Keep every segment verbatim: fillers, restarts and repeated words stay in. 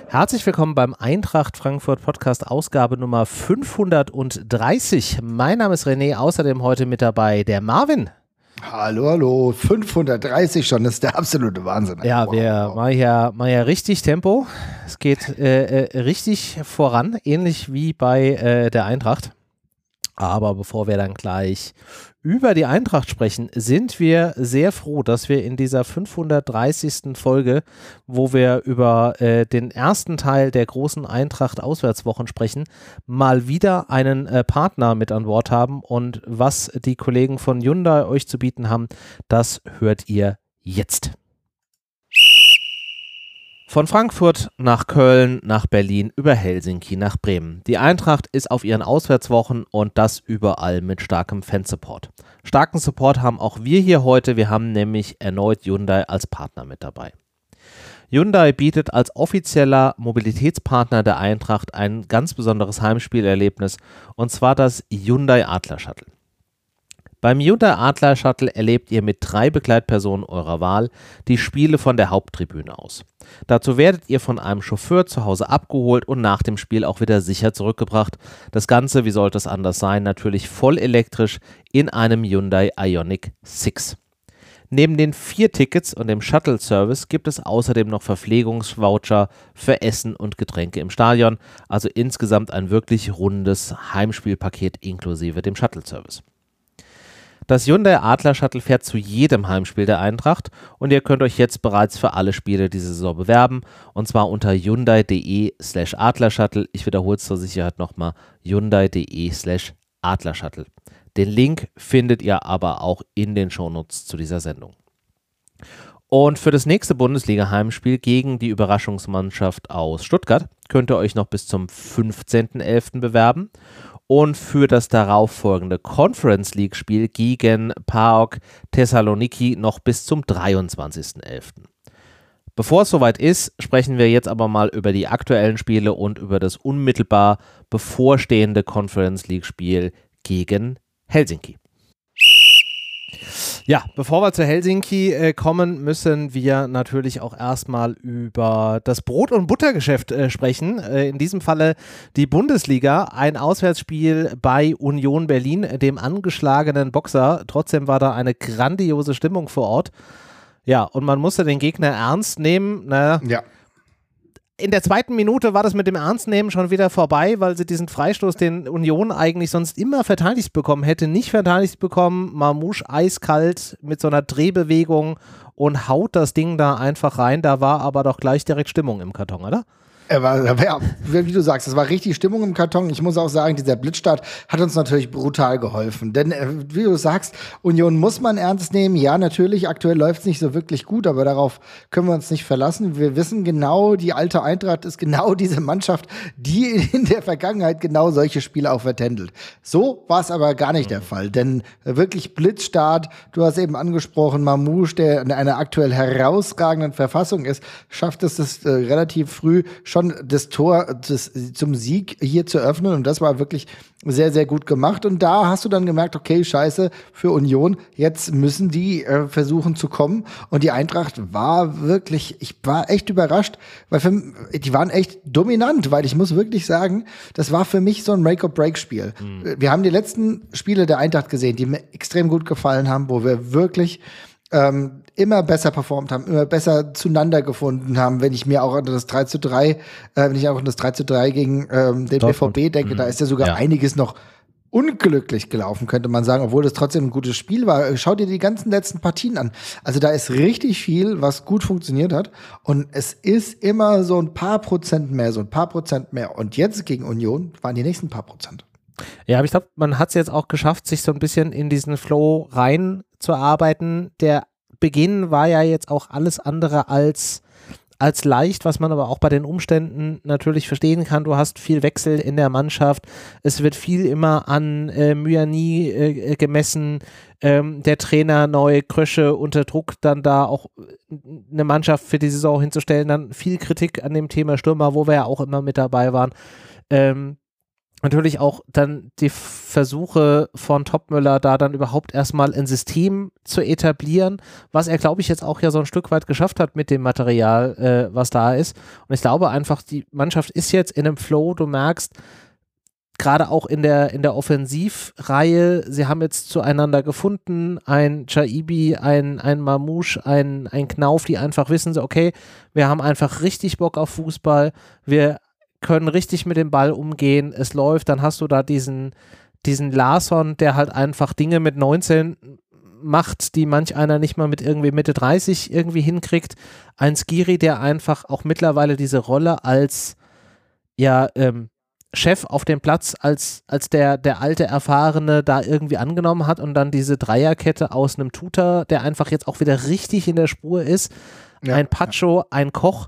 Herzlich willkommen beim Eintracht Frankfurt Podcast Ausgabe Nummer fünfhundertdreißig. Mein Name ist René, außerdem heute mit dabei der Marvin. Hallo, hallo, fünfhundertdreißig schon, das ist der absolute Wahnsinn. Ja, wow, wir wow. machen ja, machen ja richtig Tempo. Es geht äh, äh, richtig voran, ähnlich wie bei äh, der Eintracht. Aber bevor wir dann gleich über die Eintracht sprechen, sind wir sehr froh, dass wir in dieser fünfhundertdreißigsten Folge, wo wir über äh, den ersten Teil der großen Eintracht-Auswärtswochen sprechen, mal wieder einen äh, Partner mit an Bord haben. Und was die Kollegen von Hyundai euch zu bieten haben, das hört ihr jetzt. Von Frankfurt nach Köln, nach Berlin, über Helsinki nach Bremen. Die Eintracht ist auf ihren Auswärtswochen und das überall mit starkem Fansupport. Starken Support haben auch wir hier heute. Wir haben nämlich erneut Hyundai als Partner mit dabei. Hyundai bietet als offizieller Mobilitätspartner der Eintracht ein ganz besonderes Heimspielerlebnis, und zwar das Hyundai Adler Shuttle. Beim Hyundai Adler Shuttle erlebt ihr mit drei Begleitpersonen eurer Wahl die Spiele von der Haupttribüne aus. Dazu werdet ihr von einem Chauffeur zu Hause abgeholt und nach dem Spiel auch wieder sicher zurückgebracht. Das Ganze, wie sollte es anders sein, natürlich voll elektrisch in einem Hyundai Ioniq sechs. Neben den vier Tickets und dem Shuttle-Service gibt es außerdem noch Verpflegungsvoucher für Essen und Getränke im Stadion, also insgesamt ein wirklich rundes Heimspielpaket inklusive dem Shuttle-Service. Das Hyundai Adler Shuttle fährt zu jedem Heimspiel der Eintracht und ihr könnt euch jetzt bereits für alle Spiele diese Saison bewerben, und zwar unter hyundai.de slash Adlershuttle. Ich wiederhole es zur Sicherheit nochmal, hyundai.de slash Adlershuttle. Den Link findet ihr aber auch in den Shownotes zu dieser Sendung. Und für das nächste Bundesliga-Heimspiel gegen die Überraschungsmannschaft aus Stuttgart könnt ihr euch noch bis zum fünfzehnten elften bewerben. Und für das darauffolgende Conference League-Spiel gegen PAOK Thessaloniki noch bis zum dreiundzwanzigsten elften Bevor es soweit ist, sprechen wir jetzt aber mal über die aktuellen Spiele und über das unmittelbar bevorstehende Conference League-Spiel gegen Helsinki. Ja, bevor wir zu Helsinki äh, kommen, müssen wir natürlich auch erstmal über das Brot- und Buttergeschäft äh, sprechen. Äh, in diesem Falle die Bundesliga, ein Auswärtsspiel bei Union Berlin, dem angeschlagenen Boxer. Trotzdem war da eine grandiose Stimmung vor Ort. Ja, und man musste den Gegner ernst nehmen. Naja. Ja. In der zweiten Minute war das mit dem Ernstnehmen schon wieder vorbei, weil sie diesen Freistoß, den Union eigentlich sonst immer verteidigt bekommen hätte, nicht verteidigt bekommen. Mamouche eiskalt mit so einer Drehbewegung und haut das Ding da einfach rein. Da war aber doch gleich direkt Stimmung im Karton, oder? Er war, ja, wie du sagst, es war richtig Stimmung im Karton. Ich muss auch sagen, dieser Blitzstart hat uns natürlich brutal geholfen. Denn, wie du sagst, Union muss man ernst nehmen. Ja, natürlich, aktuell läuft es nicht so wirklich gut, aber darauf können wir uns nicht verlassen. Wir wissen genau, die alte Eintracht ist genau diese Mannschaft, die in der Vergangenheit genau solche Spiele auch vertändelt. So war es aber gar nicht der Fall. Denn wirklich Blitzstart, du hast eben angesprochen, Mamouche, der in einer aktuell herausragenden Verfassung ist, schafft es das äh, relativ früh schon das Tor des, zum Sieg hier zu öffnen, und das war wirklich sehr, sehr gut gemacht. Und da hast du dann gemerkt, okay, scheiße, für Union, jetzt müssen die äh, versuchen zu kommen, und die Eintracht war wirklich, ich war echt überrascht, weil für, die waren echt dominant, weil ich muss wirklich sagen, das war für mich so ein Make-or-Break-Spiel. Mhm. Wir haben die letzten Spiele der Eintracht gesehen, die mir extrem gut gefallen haben, wo wir wirklich Ähm, immer besser performt haben, immer besser zueinander gefunden haben. Wenn ich mir auch an das drei zu drei, äh, wenn ich auch an das drei zu drei gegen ähm, den B V B denke, mhm. da ist ja sogar ja. einiges noch unglücklich gelaufen, könnte man sagen, obwohl das trotzdem ein gutes Spiel war. Schau dir die ganzen letzten Partien an. Also da ist richtig viel, was gut funktioniert hat, und es ist immer so ein paar Prozent mehr, so ein paar Prozent mehr. Und jetzt gegen Union waren die nächsten paar Prozent. Ja, aber ich glaube, man hat es jetzt auch geschafft, sich so ein bisschen in diesen Flow rein zu arbeiten. Der Beginn war ja jetzt auch alles andere als, als leicht, was man aber auch bei den Umständen natürlich verstehen kann. Du hast viel Wechsel in der Mannschaft. Es wird viel immer an äh, Myani äh, gemessen. Ähm, der Trainer neu, Krösche unter Druck, dann da auch eine Mannschaft für die Saison hinzustellen. Dann viel Kritik an dem Thema Stürmer, wo wir ja auch immer mit dabei waren. Ähm, natürlich auch dann die Versuche von Toppmöller, da dann überhaupt erstmal ein System zu etablieren, was er, glaube ich, jetzt auch ja so ein Stück weit geschafft hat mit dem Material, äh, was da ist. Und ich glaube einfach, die Mannschaft ist jetzt in einem Flow, du merkst, gerade auch in der, in der Offensivreihe, sie haben jetzt zueinander gefunden, ein Chaibi, ein, ein Mamouche, ein, ein Knauf, die einfach wissen, so, okay, wir haben einfach richtig Bock auf Fußball, wir können richtig mit dem Ball umgehen, es läuft, dann hast du da diesen, diesen Larsson, der halt einfach Dinge mit neunzehn macht, die manch einer nicht mal mit irgendwie Mitte dreißig irgendwie hinkriegt. Ein Skiri, der einfach auch mittlerweile diese Rolle als ja, ähm, Chef auf dem Platz, als, als der, der alte Erfahrene da irgendwie angenommen hat und dann diese Dreierkette aus einem Tuta, der einfach jetzt auch wieder richtig in der Spur ist. Ja, ein Pacho, ja. ein Koch,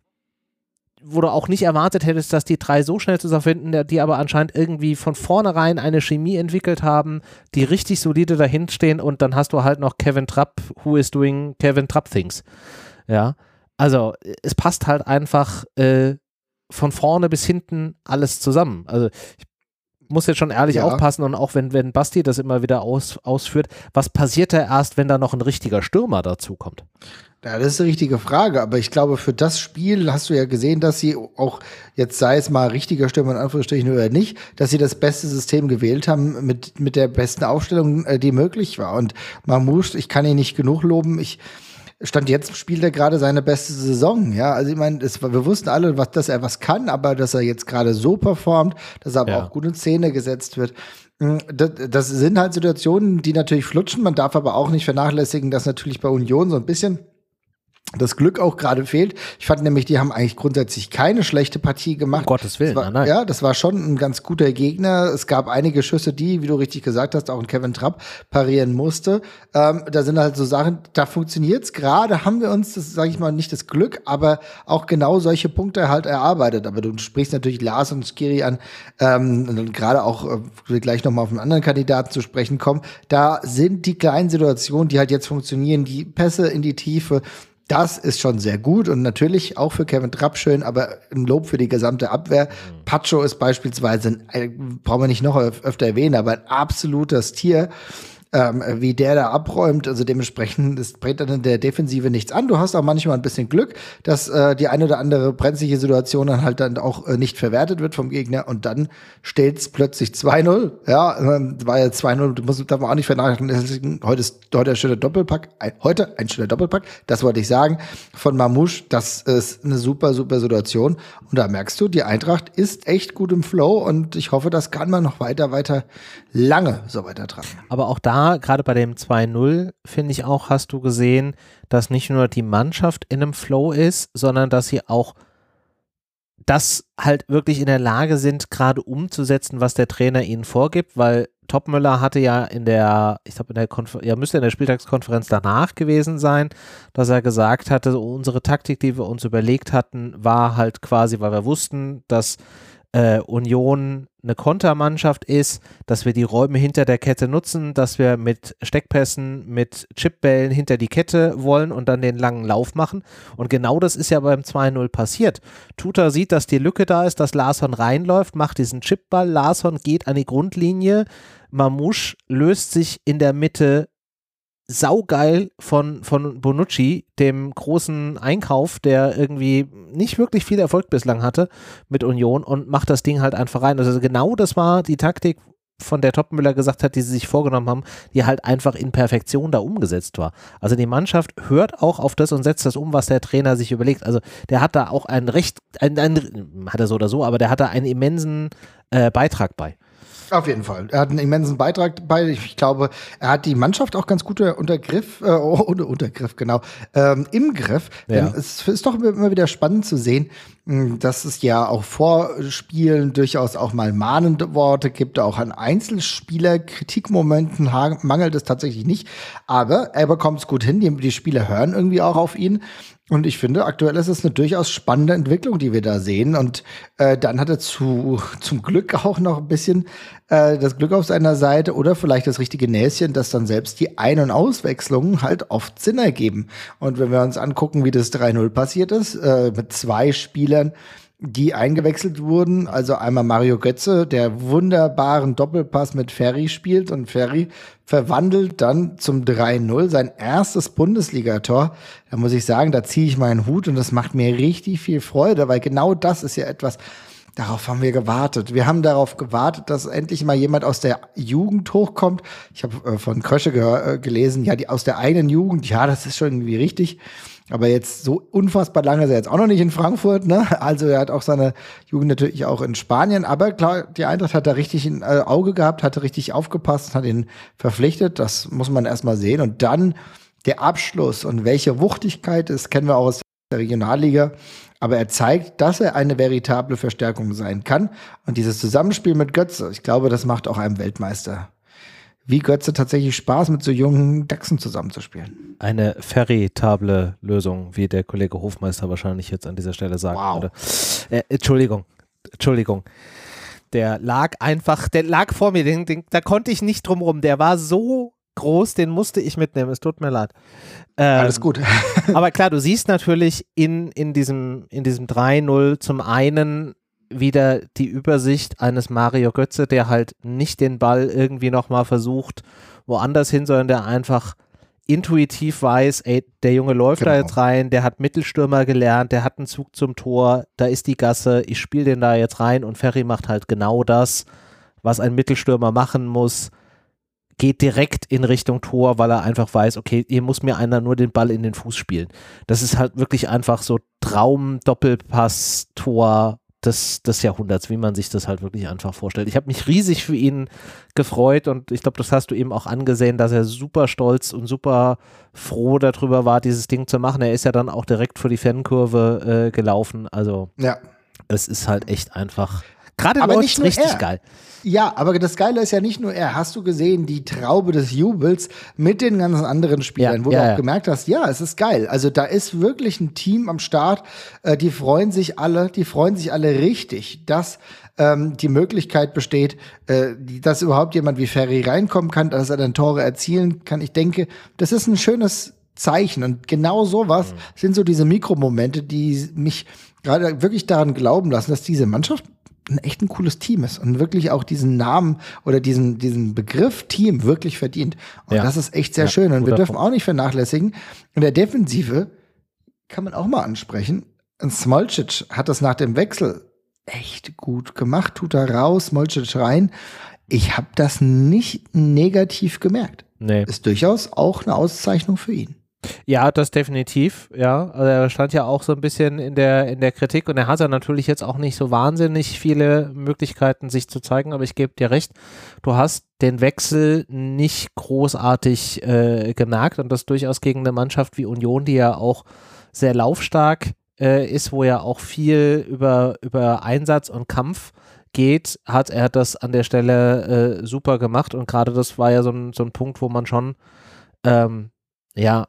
wo du auch nicht erwartet hättest, dass die drei so schnell zusammenfinden, die aber anscheinend irgendwie von vornherein eine Chemie entwickelt haben, die richtig solide dahinter stehen und dann hast du halt noch Kevin Trapp, who is doing Kevin Trapp things. Ja, also es passt halt einfach äh, von vorne bis hinten alles zusammen. Also ich muss jetzt schon ehrlich ja. aufpassen und auch wenn, wenn Basti das immer wieder aus, ausführt, was passiert da erst, wenn da noch ein richtiger Stürmer dazu kommt? Ja, das ist eine richtige Frage, aber ich glaube, für das Spiel hast du ja gesehen, dass sie auch, jetzt sei es mal richtiger Stürmer in Anführungsstrichen oder nicht, dass sie das beste System gewählt haben mit, mit der besten Aufstellung, die möglich war. Und Mamouche, ich kann ihn nicht genug loben, ich Stand jetzt spielt er gerade seine beste Saison, ja, also ich meine, wir wussten alle, was, dass er was kann, aber dass er jetzt gerade so performt, dass er aber ja. auch gut in Szene gesetzt wird. Das, das sind halt Situationen, die natürlich flutschen, man darf aber auch nicht vernachlässigen, dass natürlich bei Union so ein bisschen das Glück auch gerade fehlt. Ich fand nämlich, die haben eigentlich grundsätzlich keine schlechte Partie gemacht. Um Gottes Willen, war, nein, nein. Ja, das war schon ein ganz guter Gegner. Es gab einige Schüsse, die, wie du richtig gesagt hast, auch ein Kevin Trapp parieren musste. Ähm, da sind halt so Sachen, da funktioniert's. Gerade haben wir uns, das sage ich mal, nicht das Glück, aber auch genau solche Punkte halt erarbeitet. Aber du sprichst natürlich Lars und Skiri an, ähm, gerade auch, äh, gleich noch mal auf einen anderen Kandidaten zu sprechen kommen. Da sind die kleinen Situationen, die halt jetzt funktionieren, die Pässe in die Tiefe. Das ist schon sehr gut und natürlich auch für Kevin Trapp schön, aber ein Lob für die gesamte Abwehr. Mhm. Pacho ist beispielsweise, ein, brauchen wir nicht noch öf- öfter erwähnen, aber ein absolutes Tier, ähm, wie der da abräumt. Also dementsprechend, das bringt dann in der Defensive nichts an. Du hast auch manchmal ein bisschen Glück, dass äh, die eine oder andere brenzliche Situation dann halt dann auch äh, nicht verwertet wird vom Gegner und dann steht es plötzlich zwei null. Ja, ähm, war ja zwei null, du musst, darf man auch nicht vernachlässigen. Heute ist heute ein schöner Doppelpack. Ein, heute ein schöner Doppelpack, das wollte ich sagen, von Mamouche. Das ist eine super, super Situation. Und da merkst du, die Eintracht ist echt gut im Flow und ich hoffe, das kann man noch weiter, weiter, lange so weiter tragen. Aber auch da gerade bei dem zwei null, finde ich auch, hast du gesehen, dass nicht nur die Mannschaft in einem Flow ist, sondern dass sie auch das halt wirklich in der Lage sind, gerade umzusetzen, was der Trainer ihnen vorgibt, weil Toppmöller hatte ja in der, ich glaube in der Konfer- ja, müsste in der Spieltagskonferenz danach gewesen sein, dass er gesagt hatte, so unsere Taktik, die wir uns überlegt hatten, war halt quasi, weil wir wussten, dass äh, Union eine Kontermannschaft ist, dass wir die Räume hinter der Kette nutzen, dass wir mit Steckpässen, mit Chipbällen hinter die Kette wollen und dann den langen Lauf machen. Und genau das ist ja beim zwei null passiert. Tuta sieht, dass die Lücke da ist, dass Larsson reinläuft, macht diesen Chipball, Larsson geht an die Grundlinie, Mamouche löst sich in der Mitte saugeil von, von Bonucci, dem großen Einkauf, der irgendwie nicht wirklich viel Erfolg bislang hatte mit Union und macht das Ding halt einfach rein. Also genau das war die Taktik, von der Toppmöller gesagt hat, die sie sich vorgenommen haben, die halt einfach in Perfektion da umgesetzt war. Also die Mannschaft hört auch auf das und setzt das um, was der Trainer sich überlegt. Also der hat da auch einen recht, ein, ein, hat er so oder so, aber der hat da einen immensen äh, Beitrag bei. Auf jeden Fall. Er hat einen immensen Beitrag dabei. Ich glaube, er hat die Mannschaft auch ganz gut unter Griff, äh, ohne Untergriff, genau, ähm, im Griff. Ja. Denn es ist doch immer wieder spannend zu sehen, dass es ja auch vor Spielen durchaus auch mal mahnende Worte gibt, auch an Einzelspieler-Kritikmomenten mangelt es tatsächlich nicht. Aber er bekommt es gut hin, die, die Spieler hören irgendwie auch auf ihn. Und ich finde, aktuell ist es eine durchaus spannende Entwicklung, die wir da sehen. Und äh, dann hat er zu, zum Glück auch noch ein bisschen äh, das Glück auf seiner Seite oder vielleicht das richtige Näschen, dass dann selbst die Ein- und Auswechslungen halt oft Sinn ergeben. Und wenn wir uns angucken, wie das drei null passiert ist, äh, mit zwei Spielern, die eingewechselt wurden. Also einmal Mario Götze, der wunderbaren Doppelpass mit Ferry spielt und Ferry verwandelt dann zum drei null sein erstes Bundesligator. Da muss ich sagen, da ziehe ich meinen Hut und das macht mir richtig viel Freude, weil genau das ist ja etwas, darauf haben wir gewartet. Wir haben darauf gewartet, dass endlich mal jemand aus der Jugend hochkommt. Ich habe äh, von Krösche ge- äh, gelesen, ja, die aus der eigenen Jugend, ja, das ist schon irgendwie richtig. Aber jetzt so unfassbar lange ist er jetzt auch noch nicht in Frankfurt, ne? Also er hat auch seine Jugend natürlich auch in Spanien. Aber klar, die Eintracht hat da richtig ein äh, Auge gehabt, hatte richtig aufgepasst, hat ihn verpflichtet. Das muss man erstmal sehen. Und dann der Abschluss und welche Wuchtigkeit, das kennen wir auch aus der Regionalliga. Aber er zeigt, dass er eine veritable Verstärkung sein kann. Und dieses Zusammenspiel mit Götze, ich glaube, das macht auch einem Weltmeister wie Götze tatsächlich Spaß, mit so jungen Dachsen zusammenzuspielen. Eine veritable Lösung, wie der Kollege Hofmeister wahrscheinlich jetzt an dieser Stelle sagen wow. würde. Äh, Entschuldigung, Entschuldigung. Der lag einfach, der lag vor mir, den, den, da konnte ich nicht drum rum. Der war so groß, den musste ich mitnehmen. Es tut mir leid. Ähm, Alles gut. Aber klar, du siehst natürlich in, in diesem, in diesem drei null zum einen wieder die Übersicht eines Mario Götze, der halt nicht den Ball irgendwie nochmal versucht, woanders hin, sondern der einfach intuitiv weiß, ey, der Junge läuft genau. da jetzt rein, der hat Mittelstürmer gelernt, der hat einen Zug zum Tor, da ist die Gasse, ich spiele den da jetzt rein und Ferry macht halt genau das, was ein Mittelstürmer machen muss, geht direkt in Richtung Tor, weil er einfach weiß, okay, hier muss mir einer nur den Ball in den Fuß spielen. Das ist halt wirklich einfach so Traum-Doppelpass-Tor Des, des Jahrhunderts, wie man sich das halt wirklich einfach vorstellt. Ich habe mich riesig für ihn gefreut und ich glaube, das hast du eben auch angesehen, dass er super stolz und super froh darüber war, dieses Ding zu machen. Er ist ja dann auch direkt vor die Fankurve äh, gelaufen. Also ja. Es ist halt echt einfach, gerade läuft es richtig er. geil. Ja, aber das Geile ist ja nicht nur er. Hast du gesehen, die Traube des Jubels mit den ganzen anderen Spielern, ja, wo ja, du auch ja. gemerkt hast, ja, es ist geil. Also da ist wirklich ein Team am Start. Äh, die freuen sich alle, die freuen sich alle richtig, dass ähm, die Möglichkeit besteht, äh, die, dass überhaupt jemand wie Ferry reinkommen kann, dass er dann Tore erzielen kann. Ich denke, das ist ein schönes Zeichen. Und genau sowas mhm. sind so diese Mikromomente, die mich gerade wirklich daran glauben lassen, dass diese Mannschaft ein echt ein cooles Team ist und wirklich auch diesen Namen oder diesen, diesen Begriff Team wirklich verdient. Und ja. das ist echt sehr ja, schön. Und wir dürfen Punkt. auch nicht vernachlässigen. In der Defensive kann man auch mal ansprechen. Und Smolcic hat das nach dem Wechsel echt gut gemacht. Tut er raus, Smolcic rein. Ich habe das nicht negativ gemerkt. Nee. Ist durchaus auch eine Auszeichnung für ihn. Ja, das definitiv, ja. Also er stand ja auch so ein bisschen in der, in der Kritik und er hat ja natürlich jetzt auch nicht so wahnsinnig viele Möglichkeiten, sich zu zeigen, aber ich gebe dir recht, du hast den Wechsel nicht großartig äh, gemerkt und das durchaus gegen eine Mannschaft wie Union, die ja auch sehr laufstark äh, ist, wo ja auch viel über, über Einsatz und Kampf geht, hat er das an der Stelle äh, super gemacht und gerade das war ja so ein, so ein Punkt, wo man schon ähm, ja,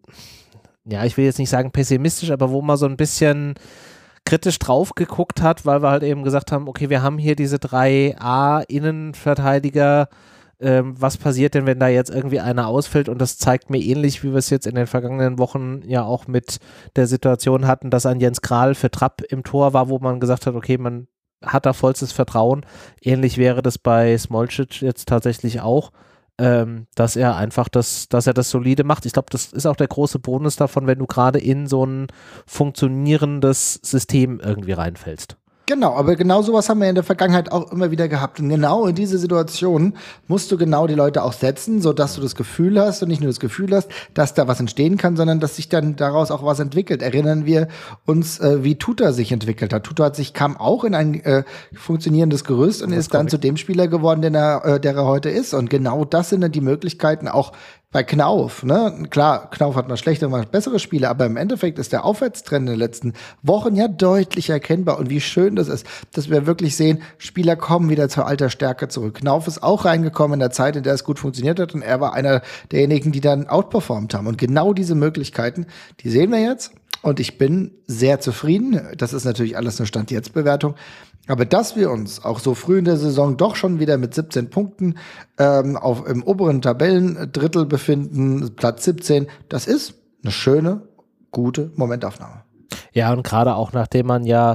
ja, ich will jetzt nicht sagen pessimistisch, aber wo man so ein bisschen kritisch drauf geguckt hat, weil wir halt eben gesagt haben, okay, wir haben hier diese drei A-Innenverteidiger, ähm, was passiert denn, wenn da jetzt irgendwie einer ausfällt und das zeigt mir ähnlich, wie wir es jetzt in den vergangenen Wochen ja auch mit der Situation hatten, dass ein Jens Kral für Trapp im Tor war, wo man gesagt hat, okay, man hat da vollstes Vertrauen, ähnlich wäre das bei Smolcic jetzt tatsächlich auch. Ähm, dass er einfach das, dass er das solide macht. Ich glaube, das ist auch der große Bonus davon, wenn du gerade in so ein funktionierendes System irgendwie reinfällst. Genau, aber genau sowas haben wir in der Vergangenheit auch immer wieder gehabt. Und genau in diese Situation musst du genau die Leute auch setzen, sodass du das Gefühl hast und nicht nur das Gefühl hast, dass da was entstehen kann, sondern dass sich dann daraus auch was entwickelt. Erinnern wir uns, äh, wie Tuta sich entwickelt hat. Tuta hat sich, kam auch in ein äh, funktionierendes Gerüst und ist dann zu dem Spieler geworden, den er, äh, der er heute ist. Und genau das sind dann die Möglichkeiten auch bei Knauf, ne? Klar, Knauf hat mal schlechte, mal bessere Spiele, aber im Endeffekt ist der Aufwärtstrend in den letzten Wochen ja deutlich erkennbar und wie schön das ist, dass wir wirklich sehen, Spieler kommen wieder zur alter Stärke zurück. Knauf ist auch reingekommen in der Zeit, in der es gut funktioniert hat und er war einer derjenigen, die dann outperformt haben und genau diese Möglichkeiten, die sehen wir jetzt und ich bin sehr zufrieden. Das ist natürlich alles eine Stand-Jetzt-Bewertung. Aber dass wir uns auch so früh in der Saison doch schon wieder mit siebzehn Punkten ähm, auf, im oberen Tabellendrittel befinden, Platz siebzehn, das ist eine schöne, gute Momentaufnahme. Ja, und gerade auch nachdem man ja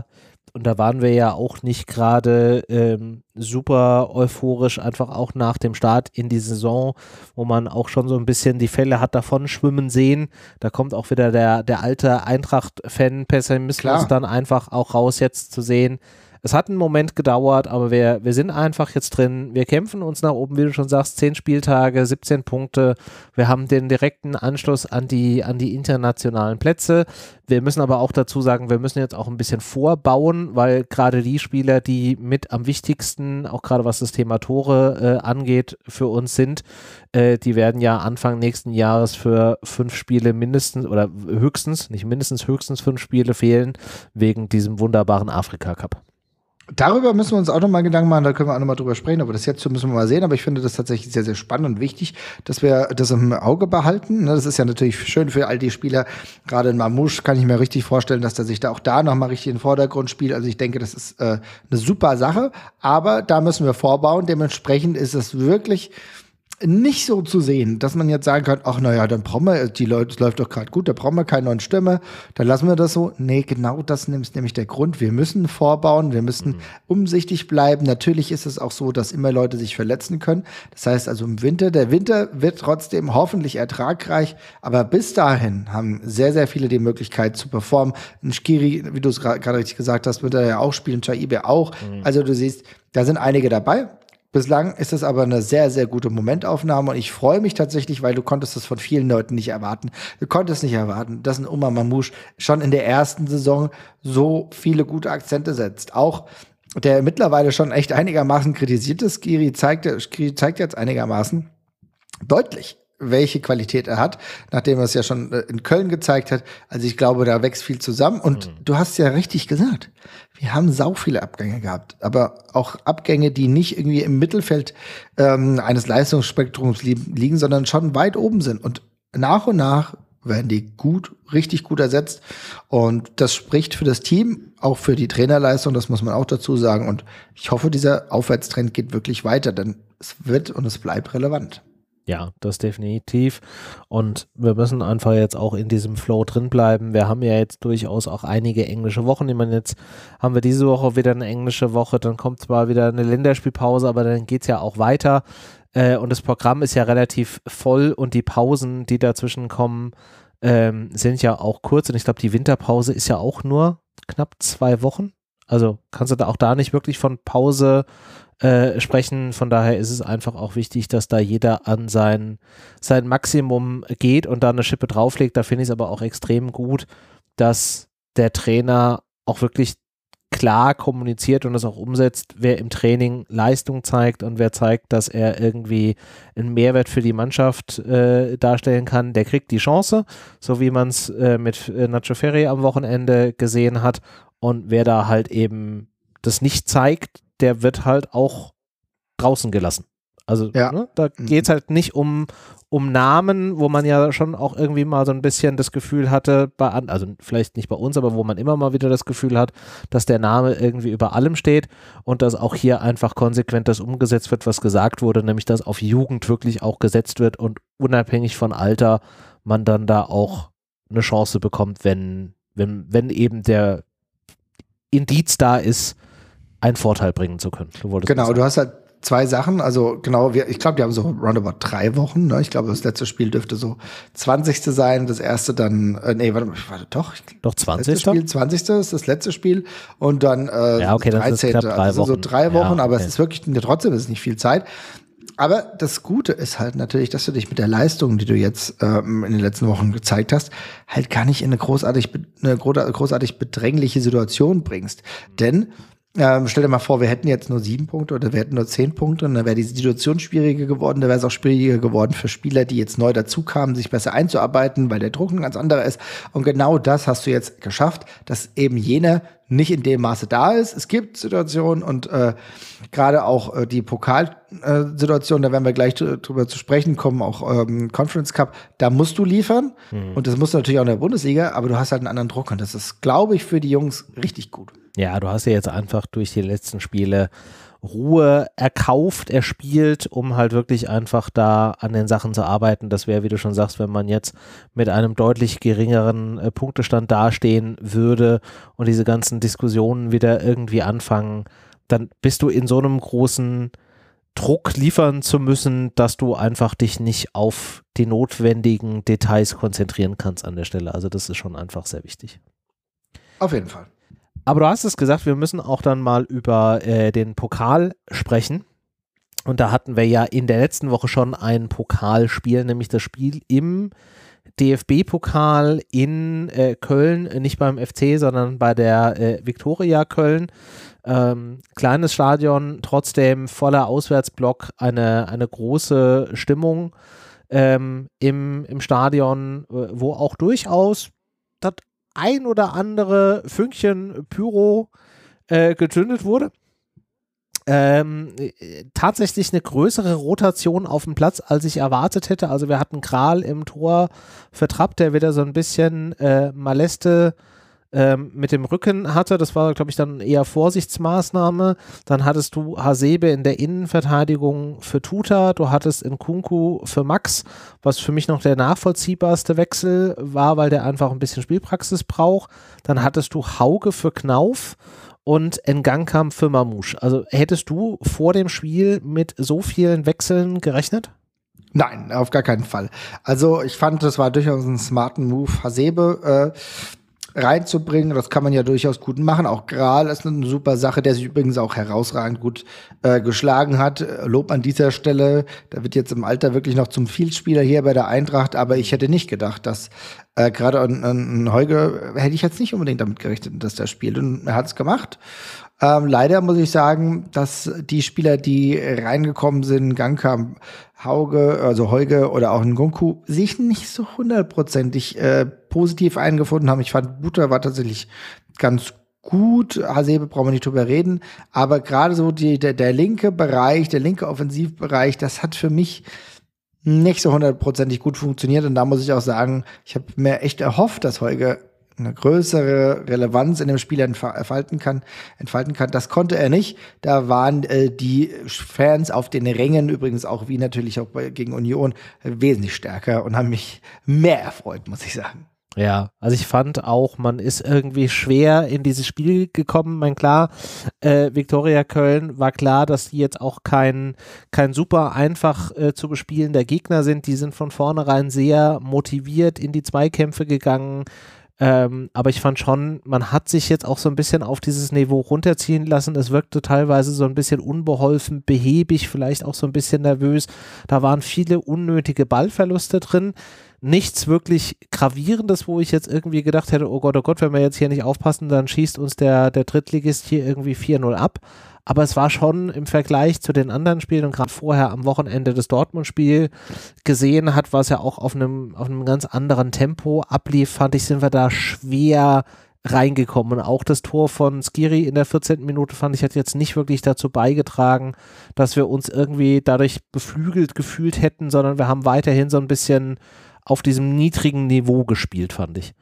und da waren wir ja auch nicht gerade ähm, super euphorisch, einfach auch nach dem Start in die Saison, wo man auch schon so ein bisschen die Fälle hat davon schwimmen sehen. Da kommt auch wieder der, der alte Eintracht-Fan-Pessimismus dann einfach auch raus jetzt zu sehen. Es hat einen Moment gedauert, aber wir, wir sind einfach jetzt drin. Wir kämpfen uns nach oben, wie du schon sagst, zehn Spieltage, siebzehn Punkte. Wir haben den direkten Anschluss an die, an die internationalen Plätze. Wir müssen aber auch dazu sagen, wir müssen jetzt auch ein bisschen vorbauen, weil gerade die Spieler, die mit am wichtigsten, auch gerade was das Thema Tore äh, angeht, für uns sind, äh, die werden ja Anfang nächsten Jahres für fünf Spiele mindestens oder höchstens, nicht mindestens, höchstens fünf Spiele fehlen, wegen diesem wunderbaren Afrika-Cup. Darüber müssen wir uns auch nochmal Gedanken machen, da können wir auch nochmal drüber sprechen, aber das jetzt müssen wir mal sehen, aber ich finde das tatsächlich sehr, sehr spannend und wichtig, dass wir das im Auge behalten. Das ist ja natürlich schön für all die Spieler, gerade in Mamouche kann ich mir richtig vorstellen, dass der sich da auch da nochmal richtig in den Vordergrund spielt, also ich denke, das ist äh, eine super Sache, aber da müssen wir vorbauen, dementsprechend ist es wirklich nicht so zu sehen, dass man jetzt sagen kann, ach naja, dann brauchen wir, die Leute, es läuft doch gerade gut, da brauchen wir keine neuen Stimme, dann lassen wir das so. Nee, genau das ist nämlich der Grund. Wir müssen vorbauen, wir müssen mhm. umsichtig bleiben. Natürlich ist es auch so, dass immer Leute sich verletzen können. Das heißt also im Winter, der Winter wird trotzdem hoffentlich ertragreich, aber bis dahin haben sehr, sehr viele die Möglichkeit zu performen. Ein Skiri, wie du es gerade richtig gesagt hast, wird er ja auch spielen, Chaibe auch. Mhm. Also du siehst, da sind einige dabei. Bislang ist es aber eine sehr, sehr gute Momentaufnahme und ich freue mich tatsächlich, weil du konntest das von vielen Leuten nicht erwarten. Du konntest nicht erwarten, dass ein Omar Mamouche schon in der ersten Saison so viele gute Akzente setzt. Auch der mittlerweile schon echt einigermaßen kritisierte Skiri zeigt, Skiri zeigt jetzt einigermaßen deutlich, welche Qualität er hat, nachdem er es ja schon in Köln gezeigt hat. Also ich glaube, da wächst viel zusammen. Und mhm. du hast ja richtig gesagt, wir haben sau viele Abgänge gehabt, aber auch Abgänge, die nicht irgendwie im Mittelfeld ähm, eines Leistungsspektrums li- liegen, sondern schon weit oben sind. Und nach und nach werden die gut, richtig gut ersetzt. Und das spricht für das Team, auch für die Trainerleistung, das muss man auch dazu sagen. Und ich hoffe, dieser Aufwärtstrend geht wirklich weiter, denn es wird und es bleibt relevant. Ja, das definitiv. Und wir müssen einfach jetzt auch in diesem Flow drin bleiben. Wir haben ja jetzt durchaus auch einige englische Wochen. Ich meine, jetzt haben wir diese Woche wieder eine englische Woche, dann kommt zwar wieder eine Länderspielpause, aber dann geht es ja auch weiter. Äh, und das Programm ist ja relativ voll und die Pausen, die dazwischen kommen, ähm, sind ja auch kurz. Und ich glaube, die Winterpause ist ja auch nur knapp zwei Wochen. Also kannst du da auch da nicht wirklich von Pause Äh, sprechen. Von daher ist es einfach auch wichtig, dass da jeder an sein, sein Maximum geht und da eine Schippe drauflegt. Da finde ich es aber auch extrem gut, dass der Trainer auch wirklich klar kommuniziert und das auch umsetzt, wer im Training Leistung zeigt und wer zeigt, dass er irgendwie einen Mehrwert für die Mannschaft äh, darstellen kann, der kriegt die Chance, so wie man es äh, mit äh, Nacho Ferri am Wochenende gesehen hat. Und wer da halt eben das nicht zeigt, der wird halt auch draußen gelassen. Also ja. ne, da geht es halt nicht um, um Namen, wo man ja schon auch irgendwie mal so ein bisschen das Gefühl hatte, bei an, also vielleicht nicht bei uns, aber wo man immer mal wieder das Gefühl hat, dass der Name irgendwie über allem steht und dass auch hier einfach konsequent das umgesetzt wird, was gesagt wurde, nämlich dass auf Jugend wirklich auch gesetzt wird und unabhängig von Alter man dann da auch eine Chance bekommt, wenn, wenn, wenn eben der Indiz da ist, einen Vorteil bringen zu können. Du wolltest genau, du hast halt zwei Sachen, also genau, wir, ich glaube, die haben so roundabout drei Wochen, ne? Ich glaube, das letzte Spiel dürfte so zwanzigste sein, das erste dann, äh, nee, warte, warte doch. Doch, zwanzigste Das Spiel, zwanzigste ist das letzte Spiel und dann äh, ja, okay, dreizehnte Das ist also so drei Wochen, ja, okay. Aber es ist wirklich, trotzdem ist es nicht viel Zeit. Aber das Gute ist halt natürlich, dass du dich mit der Leistung, die du jetzt ähm, in den letzten Wochen gezeigt hast, halt gar nicht in eine großartig, eine großartig bedrängliche Situation bringst. Denn Ähm, stell dir mal vor, wir hätten jetzt nur sieben Punkte oder wir hätten nur zehn Punkte und dann wäre die Situation schwieriger geworden, da wäre es auch schwieriger geworden für Spieler, die jetzt neu dazukamen, sich besser einzuarbeiten, weil der Druck ein ganz anderer ist. Und genau das hast du jetzt geschafft, dass eben jener nicht in dem Maße da ist. Es gibt Situationen und äh, gerade auch äh, die Pokalsituation, äh, da werden wir gleich drüber zu sprechen kommen, auch ähm, Conference Cup, da musst du liefern mhm. und das musst du natürlich auch in der Bundesliga, aber du hast halt einen anderen Druck und das ist, glaube ich, für die Jungs richtig gut. Ja, du hast ja jetzt einfach durch die letzten Spiele Ruhe erkauft, erspielt, um halt wirklich einfach da an den Sachen zu arbeiten. Das wäre, wie du schon sagst, wenn man jetzt mit einem deutlich geringeren äh, Punktestand dastehen würde und diese ganzen Diskussionen wieder irgendwie anfangen, dann bist du in so einem großen Druck liefern zu müssen, dass du einfach dich nicht auf die notwendigen Details konzentrieren kannst an der Stelle. Also das ist schon einfach sehr wichtig. Auf jeden Fall. Aber du hast es gesagt, wir müssen auch dann mal über äh, den Pokal sprechen. Und da hatten wir ja in der letzten Woche schon ein Pokalspiel, nämlich das Spiel im D F B-Pokal in äh, Köln, nicht beim F C, sondern bei der äh, Viktoria Köln. Ähm, kleines Stadion, trotzdem voller Auswärtsblock, eine, eine große Stimmung ähm, im, im Stadion, wo auch durchaus das ein oder andere Fünkchen Pyro äh, gezündet wurde. Ähm, tatsächlich eine größere Rotation auf dem Platz, als ich erwartet hätte. Also wir hatten Kral im Tor für Trapp, der wieder so ein bisschen äh, Maleste ähm, mit dem Rücken hatte. Das war, glaube ich, dann eher Vorsichtsmaßnahme. Dann hattest du Hasebe in der Innenverteidigung für Tuta. Du hattest Nkunku für Max, was für mich noch der nachvollziehbarste Wechsel war, weil der einfach ein bisschen Spielpraxis braucht. Dann hattest du Hauge für Knauf und N'Gangkamp für Mamouche. Also hättest du vor dem Spiel mit so vielen Wechseln gerechnet? Nein, auf gar keinen Fall. Also ich fand, das war durchaus ein smarten Move, Hasebe äh, reinzubringen. Das kann man ja durchaus gut machen. Auch Kral ist eine super Sache, der sich übrigens auch herausragend gut äh, geschlagen hat. Lob an dieser Stelle. Der wird jetzt im Alter wirklich noch zum Vielspieler hier bei der Eintracht. Aber ich hätte nicht gedacht, dass äh, gerade ein, ein Heuge, hätte ich jetzt nicht unbedingt damit gerechnet, dass der spielt. Und er hat es gemacht. Ähm, leider muss ich sagen, dass die Spieler, die reingekommen sind, N'Gangkamp, Hauge, also Heuge oder auch Nkunku, sich nicht so hundertprozentig äh, positiv eingefunden haben. Ich fand, Buta war tatsächlich ganz gut. Hasebe brauchen wir nicht drüber reden. Aber gerade so die, der, der linke Bereich, der linke Offensivbereich, das hat für mich nicht so hundertprozentig gut funktioniert. Und da muss ich auch sagen, ich habe mir echt erhofft, dass Heuge eine größere Relevanz in dem Spiel entfalten kann, entfalten kann. Das konnte er nicht. Da waren äh, die Fans auf den Rängen, übrigens auch wie natürlich auch bei, gegen Union, wesentlich stärker und haben mich mehr erfreut, muss ich sagen. Ja, also ich fand auch, man ist irgendwie schwer in dieses Spiel gekommen. Mein klar, äh, Viktoria Köln war klar, dass die jetzt auch kein, kein super einfach äh, zu bespielender Gegner sind. Die sind von vornherein sehr motiviert in die Zweikämpfe gegangen. Ähm, aber ich fand schon, man hat sich jetzt auch so ein bisschen auf dieses Niveau runterziehen lassen. Es wirkte teilweise so ein bisschen unbeholfen, behäbig, vielleicht auch so ein bisschen nervös. Da waren viele unnötige Ballverluste drin. Nichts wirklich Gravierendes, wo ich jetzt irgendwie gedacht hätte, oh Gott, oh Gott, wenn wir jetzt hier nicht aufpassen, dann schießt uns der, der Drittligist hier irgendwie vier null ab. Aber es war schon im Vergleich zu den anderen Spielen und gerade vorher am Wochenende das Dortmund-Spiel gesehen hat, was ja auch auf einem, auf einem ganz anderen Tempo ablief, fand ich, sind wir da schwer reingekommen. Und auch das Tor von Skiri in der vierzehnten Minute fand ich, hat jetzt nicht wirklich dazu beigetragen, dass wir uns irgendwie dadurch beflügelt gefühlt hätten, sondern wir haben weiterhin so ein bisschen auf diesem niedrigen Niveau gespielt, fand ich.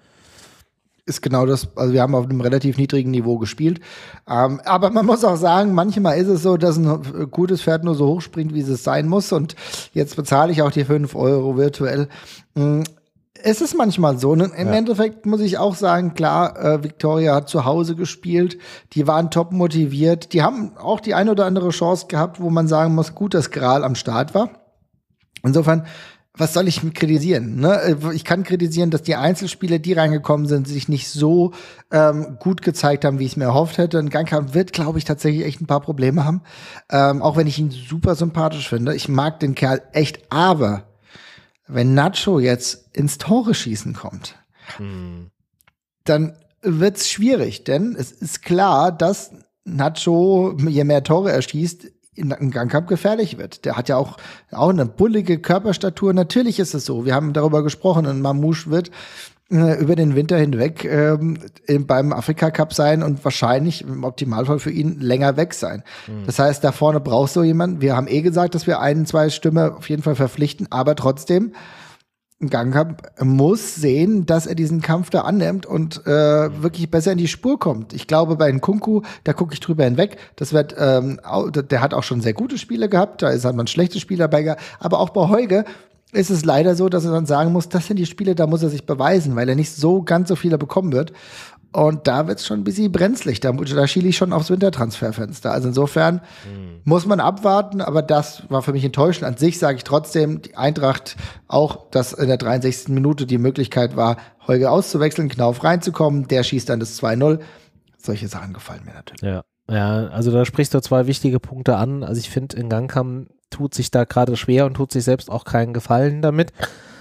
Ist genau das, also wir haben auf einem relativ niedrigen Niveau gespielt. Ähm, aber man muss auch sagen, manchmal ist es so, dass ein gutes Pferd nur so hoch springt, wie es sein muss. Und jetzt bezahle ich auch die fünf Euro virtuell. Ähm, es ist manchmal so. Ne? Im ja. Endeffekt muss ich auch sagen, klar, äh, Viktoria hat zu Hause gespielt. Die waren top motiviert. Die haben auch die eine oder andere Chance gehabt, wo man sagen muss, gut, dass Kral am Start war. Insofern, was soll ich kritisieren? Ne? Ich kann kritisieren, dass die Einzelspieler, die reingekommen sind, sich nicht so ähm, gut gezeigt haben, wie ich es mir erhofft hätte. Und N'Gangkamp wird, glaube ich, tatsächlich echt ein paar Probleme haben. Ähm, auch wenn ich ihn super sympathisch finde. Ich mag den Kerl echt. Aber wenn Nacho jetzt ins Tore schießen kommt, hm. dann wird's schwierig. Denn es ist klar, dass Nacho, je mehr Tore er schießt, in N'Gangkamp gefährlich wird. Der hat ja auch, auch eine bullige Körperstatur. Natürlich ist es so. Wir haben darüber gesprochen und Mamouche wird äh, über den Winter hinweg ähm, beim Afrika-Cup sein und wahrscheinlich im Optimalfall für ihn länger weg sein. Mhm. Das heißt, da vorne brauchst du jemanden. Wir haben eh gesagt, dass wir einen, zwei Stimme auf jeden Fall verpflichten, aber trotzdem, Gangkamp muss sehen, dass er diesen Kampf da annimmt und äh, wirklich besser in die Spur kommt. Ich glaube, bei Nkunku, da gucke ich drüber hinweg. Das wird, ähm, der hat auch schon sehr gute Spiele gehabt, da ist halt man schlechte Spieler dabei gehabt. Aber auch bei Heuge ist es leider so, dass er dann sagen muss, das sind die Spiele, da muss er sich beweisen, weil er nicht so ganz so viele bekommen wird. Und da wird es schon ein bisschen brenzlig. Da, da schiele ich schon aufs Wintertransferfenster. Also insofern mhm. muss man abwarten, aber das war für mich enttäuschend. An sich sage ich trotzdem, die Eintracht auch, dass in der dreiundsechzigsten Minute die Möglichkeit war, Heuge auszuwechseln, Knauf reinzukommen, der schießt dann das zwei null. Solche Sachen gefallen mir natürlich. Ja, ja, also da sprichst du zwei wichtige Punkte an. Also ich finde, in Gangkamp tut sich da gerade schwer und tut sich selbst auch keinen Gefallen damit.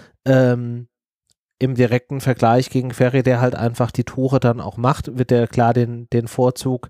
Ähm, Im direkten Vergleich gegen Ferry, der halt einfach die Tore dann auch macht, wird er klar den, den Vorzug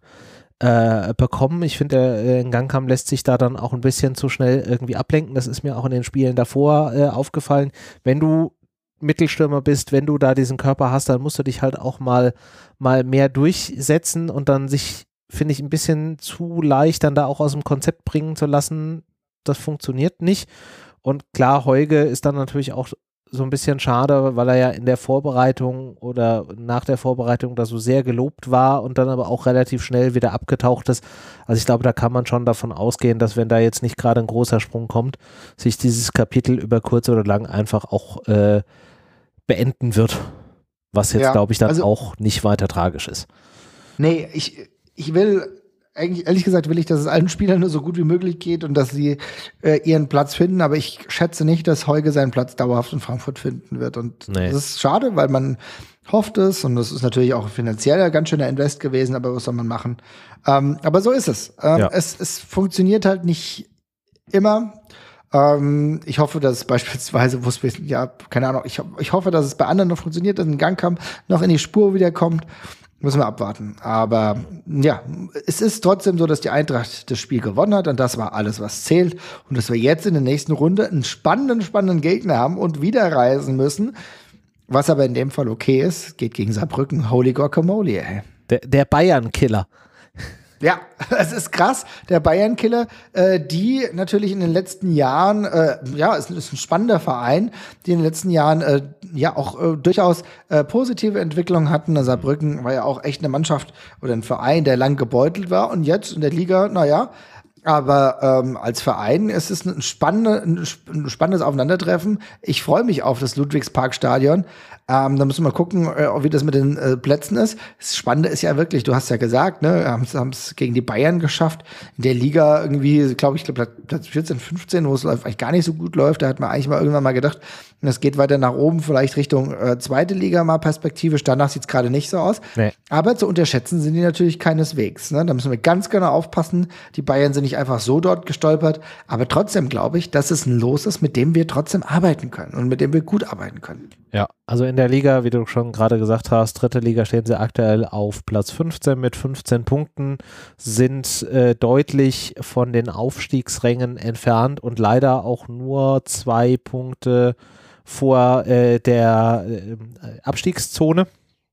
äh, bekommen. Ich finde, äh, in Gangkamp lässt sich da dann auch ein bisschen zu schnell irgendwie ablenken. Das ist mir auch in den Spielen davor äh, aufgefallen. Wenn du Mittelstürmer bist, wenn du da diesen Körper hast, dann musst du dich halt auch mal, mal mehr durchsetzen und dann sich, finde ich, ein bisschen zu leicht dann da auch aus dem Konzept bringen zu lassen. Das funktioniert nicht. Und klar, Heuge ist dann natürlich auch so ein bisschen schade, weil er ja in der Vorbereitung oder nach der Vorbereitung da so sehr gelobt war und dann aber auch relativ schnell wieder abgetaucht ist. Also ich glaube, da kann man schon davon ausgehen, dass wenn da jetzt nicht gerade ein großer Sprung kommt, sich dieses Kapitel über kurz oder lang einfach auch äh, beenden wird. Was jetzt, ja, glaube ich, dann also, auch nicht weiter tragisch ist. Nee, ich, ich will eigentlich, ehrlich gesagt, will ich, dass es allen Spielern nur so gut wie möglich geht und dass sie äh, ihren Platz finden, aber ich schätze nicht, dass Heuge seinen Platz dauerhaft in Frankfurt finden wird. Und nee. Das ist schade, weil man hofft es und das ist natürlich auch finanziell ein ganz schöner Invest gewesen, aber was soll man machen? Ähm, aber so ist es. Ähm, ja. es. Es funktioniert halt nicht immer. Ähm, ich hoffe, dass es beispielsweise, wo es, ja, keine Ahnung, ich, ich hoffe, dass es bei anderen noch funktioniert, dass ein Gangkamp noch in die Spur wiederkommt. Müssen wir abwarten. Aber ja, es ist trotzdem so, dass die Eintracht das Spiel gewonnen hat und das war alles, was zählt. Und dass wir jetzt in der nächsten Runde einen spannenden, spannenden Gegner haben und wieder reisen müssen. Was aber in dem Fall okay ist, geht gegen Saarbrücken. Holy Guacamole, ey. Der, der Bayern-Killer. Ja, es ist krass, der Bayern-Killer, äh, die natürlich in den letzten Jahren, äh, ja, es ist ein spannender Verein, die in den letzten Jahren äh, ja auch äh, durchaus äh, positive Entwicklungen hatten. Saarbrücken war ja auch echt eine Mannschaft oder ein Verein, der lang gebeutelt war und jetzt in der Liga, naja, aber ähm, als Verein ist es ein, spannende, ein spannendes Aufeinandertreffen. Ich freue mich auf das Ludwigsparkstadion. Ähm, da müssen wir mal gucken, äh, wie das mit den äh, Plätzen ist. Das Spannende ist ja wirklich, du hast ja gesagt, ne, haben es gegen die Bayern geschafft. In der Liga irgendwie, glaube ich, glaub, Platz vierzehn, fünfzehn, wo es eigentlich gar nicht so gut läuft. Da hat man eigentlich mal irgendwann mal gedacht, das geht weiter nach oben, vielleicht Richtung äh, zweite Liga mal perspektivisch. Danach sieht es gerade nicht so aus. Nee. Aber zu unterschätzen sind die natürlich keineswegs. Ne? Da müssen wir ganz genau aufpassen. Die Bayern sind nicht einfach so dort gestolpert. Aber trotzdem glaube ich, dass es ein Los ist, mit dem wir trotzdem arbeiten können und mit dem wir gut arbeiten können. Ja, also in der Liga, wie du schon gerade gesagt hast, dritte Liga stehen sie aktuell auf Platz fünfzehn mit fünfzehn Punkten, sind äh, deutlich von den Aufstiegsrängen entfernt und leider auch nur zwei Punkte vor äh, der äh, Abstiegszone.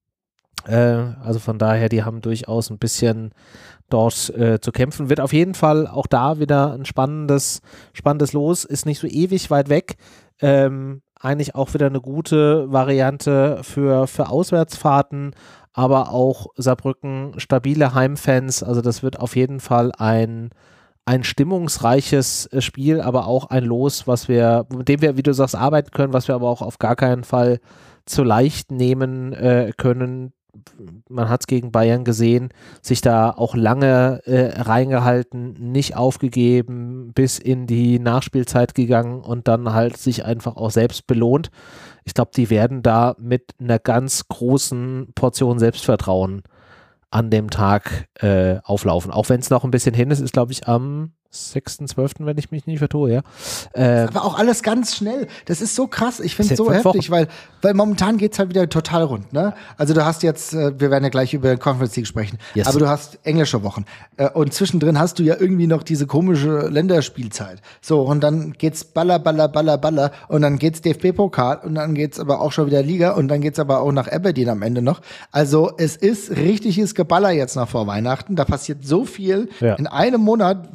Äh, also von daher, die haben durchaus ein bisschen dort äh, zu kämpfen. Wird auf jeden Fall auch da wieder ein spannendes, spannendes Los, ist nicht so ewig weit weg. Ähm, eigentlich auch wieder eine gute Variante für, für Auswärtsfahrten, aber auch Saarbrücken, stabile Heimfans, also das wird auf jeden Fall ein, ein stimmungsreiches Spiel, aber auch ein Los, was wir, mit dem wir, wie du sagst, arbeiten können, was wir aber auch auf gar keinen Fall zu leicht nehmen äh, können. Man hat es gegen Bayern gesehen, sich da auch lange äh, reingehalten, nicht aufgegeben, bis in die Nachspielzeit gegangen und dann halt sich einfach auch selbst belohnt. Ich glaube, die werden da mit einer ganz großen Portion Selbstvertrauen an dem Tag äh, auflaufen. Auch wenn es noch ein bisschen hin ist, ist glaube ich am sechsten zwölften, wenn ich mich nicht vertue, ja. Äh, aber auch alles ganz schnell. Das ist so krass. Ich finde es so heftig, weil, weil momentan geht es halt wieder total rund. Ne? Also du hast jetzt, äh, wir werden ja gleich über Conference League sprechen, yes. aber du hast englische Wochen. Äh, und zwischendrin hast du ja irgendwie noch diese komische Länderspielzeit. So, und dann geht's baller, baller, baller, baller und dann geht's D F B-Pokal und dann geht's aber auch schon wieder Liga und dann geht's aber auch nach Aberdeen am Ende noch. Also es ist richtiges Geballer jetzt noch vor Weihnachten. Da passiert so viel. Ja. In einem Monat, wer weiß, wo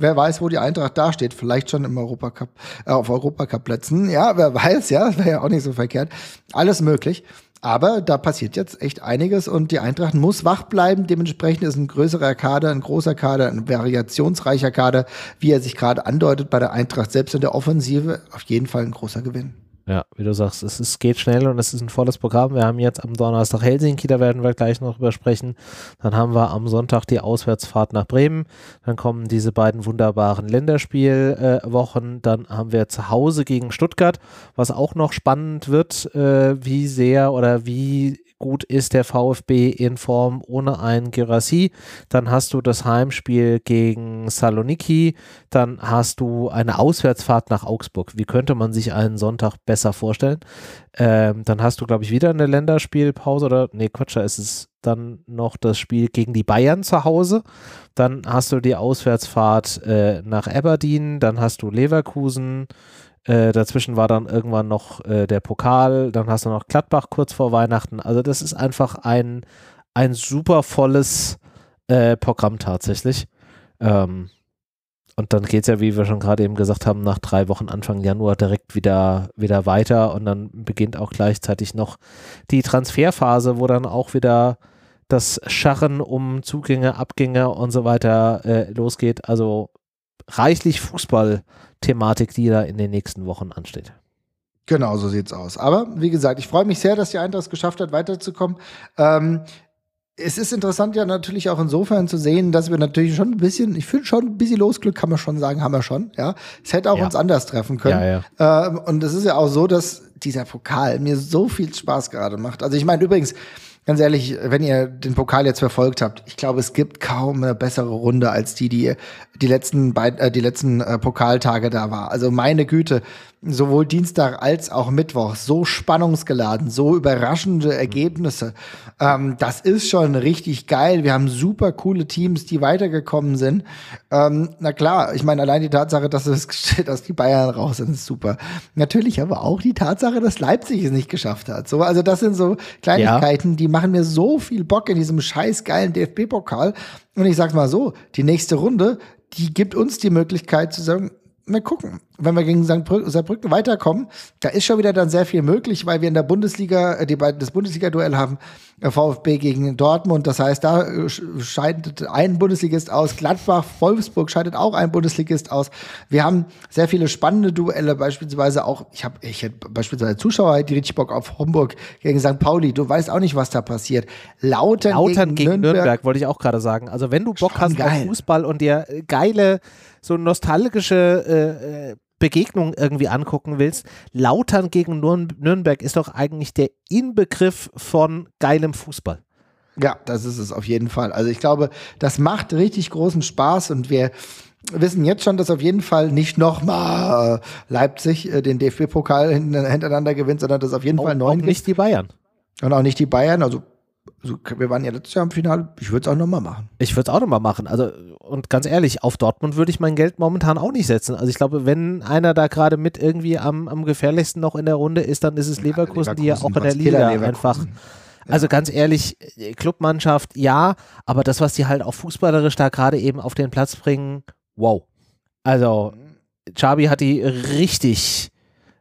wo die Eintracht dasteht, vielleicht schon im Europacup, äh, auf Europacup-Plätzen. Ja, wer weiß, ja, wäre ja auch nicht so verkehrt. Alles möglich. Aber da passiert jetzt echt einiges und die Eintracht muss wach bleiben. Dementsprechend ist ein größerer Kader, ein großer Kader, ein variationsreicher Kader, wie er sich gerade andeutet bei der Eintracht, selbst in der Offensive, auf jeden Fall ein großer Gewinn. Ja, wie du sagst, es ist, geht schnell und es ist ein volles Programm. Wir haben jetzt am Donnerstag Helsinki, da werden wir gleich noch drüber sprechen. Dann haben wir am Sonntag die Auswärtsfahrt nach Bremen. Dann kommen diese beiden wunderbaren Länderspielwochen. Äh, Dann haben wir zu Hause gegen Stuttgart, was auch noch spannend wird, äh, wie sehr oder wie gut ist der VfB in Form ohne einen Guirassy. Dann hast du das Heimspiel gegen Saloniki. Dann hast du eine Auswärtsfahrt nach Augsburg. Wie könnte man sich einen Sonntag besser vorstellen? Ähm, dann hast du, glaube ich, wieder eine Länderspielpause oder, nee, Quatsch, da ist es dann noch das Spiel gegen die Bayern zu Hause. Dann hast du die Auswärtsfahrt äh, nach Aberdeen. Dann hast du Leverkusen. Äh, dazwischen war dann irgendwann noch äh, der Pokal, dann hast du noch Gladbach kurz vor Weihnachten. Also das ist einfach ein, ein super volles äh, Programm tatsächlich. Ähm, und dann geht es ja, wie wir schon gerade eben gesagt haben, nach drei Wochen Anfang Januar direkt wieder, wieder weiter und dann beginnt auch gleichzeitig noch die Transferphase, wo dann auch wieder das Scharren um Zugänge, Abgänge und so weiter äh, losgeht. Also reichlich Fußball-Thematik, die da in den nächsten Wochen ansteht. Genau, so sieht's aus. Aber wie gesagt, ich freue mich sehr, dass die Eintracht es geschafft hat, weiterzukommen. Ähm, es ist interessant ja natürlich auch insofern zu sehen, dass wir natürlich schon ein bisschen, ich finde schon ein bisschen Losglück, kann man schon sagen, haben wir schon. Ja, es hätte auch ja. uns anders treffen können. Ja, ja. Ähm, und es ist ja auch so, dass dieser Pokal mir so viel Spaß gerade macht. Also ich meine übrigens, ganz ehrlich, wenn ihr den Pokal jetzt verfolgt habt, ich glaube, es gibt kaum eine bessere Runde als die, die die letzten beiden, äh, die letzten äh, Pokaltage da war. Also meine Güte, sowohl Dienstag als auch Mittwoch, so spannungsgeladen, so überraschende Ergebnisse. Ähm, das ist schon richtig geil. Wir haben super coole Teams, die weitergekommen sind. Ähm, na klar, ich meine, allein die Tatsache, dass es steht, dass die Bayern raus sind, ist super. Natürlich aber auch die Tatsache, dass Leipzig es nicht geschafft hat. So, also das sind so Kleinigkeiten, ja. die machen mir so viel Bock in diesem scheiß geilen D F B-Pokal. Und ich sag's mal so, die nächste Runde, die gibt uns die Möglichkeit zu sagen, mal gucken, wenn wir gegen Sankt Saarbrücken weiterkommen, da ist schon wieder dann sehr viel möglich, weil wir in der Bundesliga, die beiden, das Bundesliga-Duell haben, VfB gegen Dortmund, das heißt, da scheidet ein Bundesligist aus, Gladbach, Wolfsburg scheidet auch ein Bundesligist aus. Wir haben sehr viele spannende Duelle, beispielsweise auch, ich habe ich hätte beispielsweise Zuschauer, die richtig Bock auf Homburg gegen Sankt Pauli, du weißt auch nicht, was da passiert. Lautern, Lautern gegen, gegen Nürnberg, Nürnberg, wollte ich auch gerade sagen. Also wenn du Bock hast geil. auf Fußball und dir geile, so nostalgische äh, Begegnung irgendwie angucken willst, Lautern gegen Nürnberg ist doch eigentlich der Inbegriff von geilem Fußball. Ja, das ist es auf jeden Fall. Also ich glaube, das macht richtig großen Spaß und wir wissen jetzt schon, dass auf jeden Fall nicht nochmal Leipzig äh, den D F B-Pokal hintereinander gewinnt, sondern dass auf jeden auch, Fall neun auch nicht die Bayern. Und auch nicht die Bayern, also Also wir waren ja letztes Jahr im Finale, ich würde es auch nochmal machen. Ich würde es auch nochmal machen. Also, und ganz ehrlich, auf Dortmund würde ich mein Geld momentan auch nicht setzen. Also ich glaube, wenn einer da gerade mit irgendwie am, am gefährlichsten noch in der Runde ist, dann ist es Leverkusen, ja, Leverkusen die ja auch in der Liga einfach. Ja. Also ganz ehrlich, Clubmannschaft, ja, aber das, was die halt auch fußballerisch da gerade eben auf den Platz bringen, wow. Also Xabi hat die richtig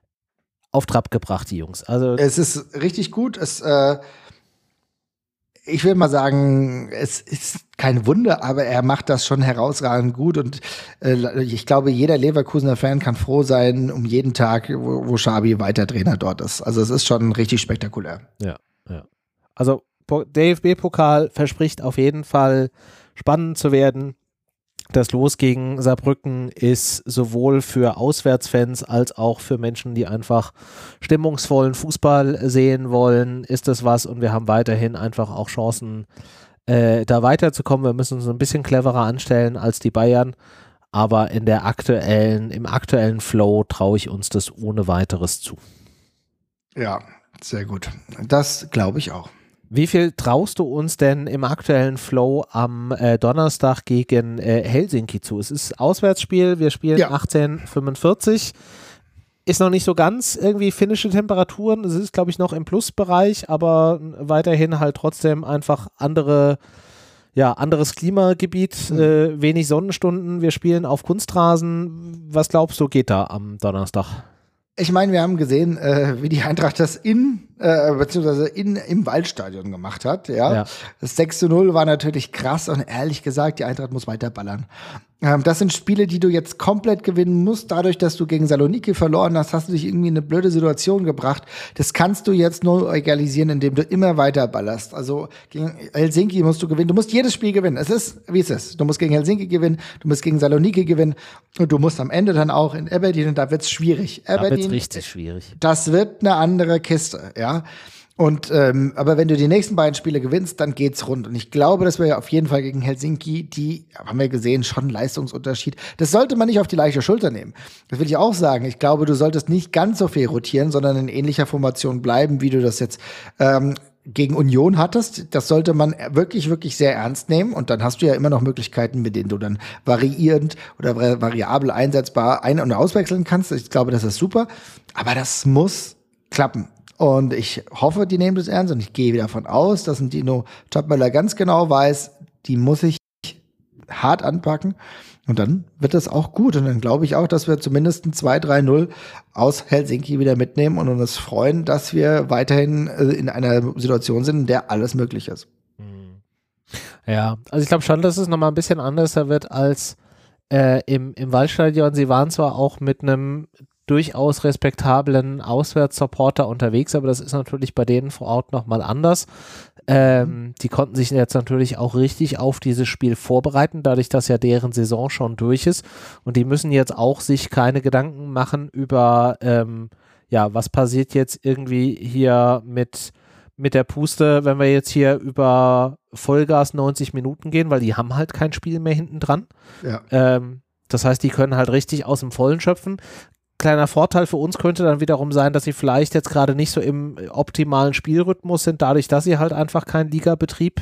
auf Trab gebracht, die Jungs. Also es ist richtig gut, es äh ich will mal sagen, es ist kein Wunder, aber er macht das schon herausragend gut und äh, ich glaube, jeder Leverkusener Fan kann froh sein um jeden Tag, wo, wo Xabi weiter Trainer dort ist. Also es ist schon richtig spektakulär. Ja, ja. Also D F B-Pokal verspricht auf jeden Fall spannend zu werden. Das Los gegen Saarbrücken ist sowohl für Auswärtsfans als auch für Menschen, die einfach stimmungsvollen Fußball sehen wollen, ist das was und wir haben weiterhin einfach auch Chancen, äh, da weiterzukommen. Wir müssen uns ein bisschen cleverer anstellen als die Bayern, aber in der aktuellen, im aktuellen Flow traue ich uns das ohne weiteres zu. Ja, sehr gut. Das glaube ich auch. Wie viel traust du uns denn im aktuellen Flow am äh, Donnerstag gegen äh, Helsinki zu? Es ist Auswärtsspiel, wir spielen ja. achtzehn fünfundvierzig. Ist noch nicht so ganz irgendwie finnische Temperaturen. Es ist, glaube ich, noch im Plusbereich, aber weiterhin halt trotzdem einfach andere, ja, anderes Klimagebiet, Mhm. äh, wenig Sonnenstunden, wir spielen auf Kunstrasen. Was glaubst du, geht da am Donnerstag? Ich meine, wir haben gesehen, äh, wie die Eintracht das in, äh, beziehungsweise in, im Waldstadion gemacht hat. Ja? Ja. Das sechs zu null war natürlich krass und ehrlich gesagt, die Eintracht muss weiterballern. Ähm, das sind Spiele, die du jetzt komplett gewinnen musst. Dadurch, dass du gegen Saloniki verloren hast, hast du dich irgendwie in eine blöde Situation gebracht. Das kannst du jetzt nur egalisieren, indem du immer weiterballerst. Also gegen Helsinki musst du gewinnen. Du musst jedes Spiel gewinnen. Es ist, wie es ist. Du musst gegen Helsinki gewinnen, du musst gegen Saloniki gewinnen und du musst am Ende dann auch in Aberdeen, und da wird's schwierig. Da wird's Aberdeen, richtig schwierig. das wird eine andere Kiste, ja. Und ähm, aber wenn du die nächsten beiden Spiele gewinnst, dann geht's rund. Und ich glaube, dass wir ja auf jeden Fall gegen Helsinki, die haben wir gesehen, schon einen Leistungsunterschied. Das sollte man nicht auf die leichte Schulter nehmen. Das will ich auch sagen. Ich glaube, du solltest nicht ganz so viel rotieren, sondern in ähnlicher Formation bleiben, wie du das jetzt ähm, gegen Union hattest. Das sollte man wirklich, wirklich sehr ernst nehmen. Und dann hast du ja immer noch Möglichkeiten, mit denen du dann variierend oder variabel einsetzbar ein- und auswechseln kannst. Ich glaube, das ist super. Aber das muss klappen. Und ich hoffe, die nehmen das ernst. Und ich gehe davon aus, dass ein Dino Topmöller ganz genau weiß, die muss ich hart anpacken. Und dann wird das auch gut. Und dann glaube ich auch, dass wir zumindest ein zwei drei null aus Helsinki wieder mitnehmen und uns freuen, dass wir weiterhin in einer Situation sind, in der alles möglich ist. Ja, also ich glaube schon, dass es nochmal ein bisschen anders wird als äh, im, im Waldstadion. Sie waren zwar auch mit einem durchaus respektablen Auswärtssupporter unterwegs, aber das ist natürlich bei denen vor Ort nochmal anders. Ähm, die konnten sich jetzt natürlich auch richtig auf dieses Spiel vorbereiten, dadurch, dass ja deren Saison schon durch ist, und die müssen jetzt auch sich keine Gedanken machen über, ähm, ja, was passiert jetzt irgendwie hier mit, mit der Puste, wenn wir jetzt hier über Vollgas neunzig Minuten gehen, weil die haben halt kein Spiel mehr hinten dran. Ja. Ähm, das heißt, die können halt richtig aus dem Vollen schöpfen. Kleiner Vorteil für uns könnte dann wiederum sein, dass sie vielleicht jetzt gerade nicht so im optimalen Spielrhythmus sind, dadurch, dass sie halt einfach keinen Ligabetrieb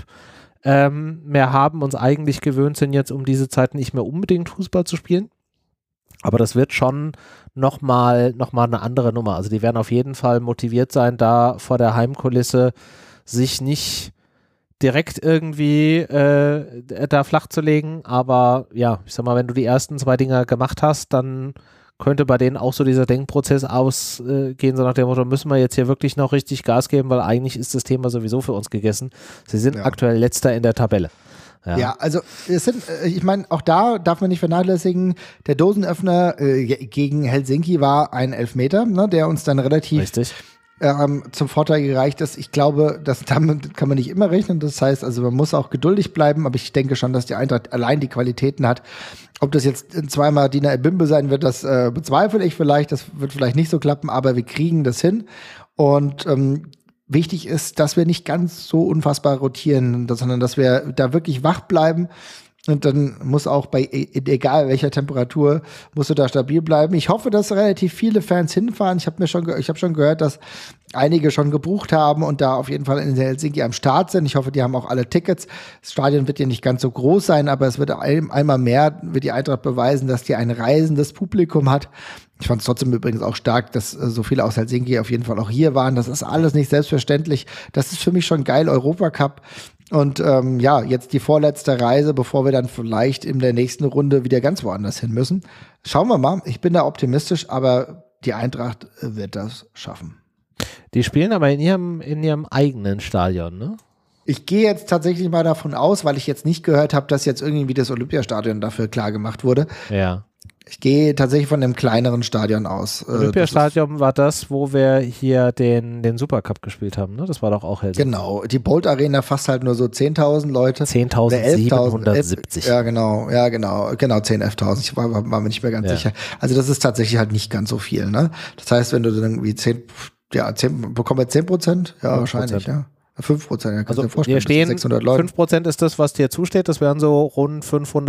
ähm, mehr haben, uns eigentlich gewöhnt sind, jetzt um diese Zeit nicht mehr unbedingt Fußball zu spielen. Aber das wird schon nochmal noch mal eine andere Nummer. Also die werden auf jeden Fall motiviert sein, da vor der Heimkulisse sich nicht direkt irgendwie äh, da flach zu legen. Aber ja, ich sag mal, wenn du die ersten zwei Dinger gemacht hast, dann könnte bei denen auch so dieser Denkprozess ausgehen, äh, so nach dem Motto, müssen wir jetzt hier wirklich noch richtig Gas geben, weil eigentlich ist das Thema sowieso für uns gegessen. Sie sind Ja. aktuell Letzter in der Tabelle. Ja, Ja, also es sind, äh, ich meine, auch da darf man nicht vernachlässigen, der Dosenöffner äh, gegen Helsinki war ein Elfmeter, ne, der uns dann relativ richtig. ähm, zum Vorteil gereicht ist. Ich glaube, das damit kann man nicht immer rechnen. Das heißt, also man muss auch geduldig bleiben, aber ich denke schon, dass die Eintracht allein die Qualitäten hat. Ob das jetzt zweimal Dina Ebimbe sein wird, das äh, bezweifle ich vielleicht. Das wird vielleicht nicht so klappen, aber wir kriegen das hin. Und ähm, wichtig ist, dass wir nicht ganz so unfassbar rotieren, sondern dass wir da wirklich wach bleiben. Und dann muss auch bei, egal welcher Temperatur, musst du da stabil bleiben. Ich hoffe, dass relativ viele Fans hinfahren. Ich habe mir schon, ich habe schon gehört, dass einige schon gebucht haben und da auf jeden Fall in Helsinki am Start sind. Ich hoffe, die haben auch alle Tickets. Das Stadion wird ja nicht ganz so groß sein, aber es wird ein, einmal mehr, wird die Eintracht beweisen, dass die ein reisendes Publikum hat. Ich fand es trotzdem übrigens auch stark, dass äh, so viele aus Helsinki auf jeden Fall auch hier waren. Das ist alles nicht selbstverständlich. Das ist für mich schon geil, Europacup. Und ähm, ja, jetzt die vorletzte Reise, bevor wir dann vielleicht in der nächsten Runde wieder ganz woanders hin müssen. Schauen wir mal. Ich bin da optimistisch, aber die Eintracht wird das schaffen. Die spielen aber in ihrem, in ihrem eigenen Stadion, ne? Ich gehe jetzt tatsächlich mal davon aus, weil ich jetzt nicht gehört habe, dass jetzt irgendwie das Olympiastadion dafür klar gemacht wurde. Ja. Ich gehe tatsächlich von einem kleineren Stadion aus. Olympiastadion war das, wo wir hier den, den Supercup gespielt haben, ne? Das war doch auch Helsinki. Genau, die Bolt Arena fasst halt nur so zehntausend Leute. zehntausendsiebenhundertsiebzig. Ja, genau, ja, genau, genau, zehn, elftausend. Ich war, war, war mir nicht mehr ganz Ja. sicher. Also das ist tatsächlich halt nicht ganz so viel, ne? Das heißt, wenn du dann irgendwie zehn, ja, zehn, bekommen wir zehn Prozent? Ja, wahrscheinlich, ja. fünf Prozent, ja, kannst Also du dir vorstellen, hier stehen, bis zu sechshundert Leute. fünf Prozent ist das, was dir zusteht. Das wären so rund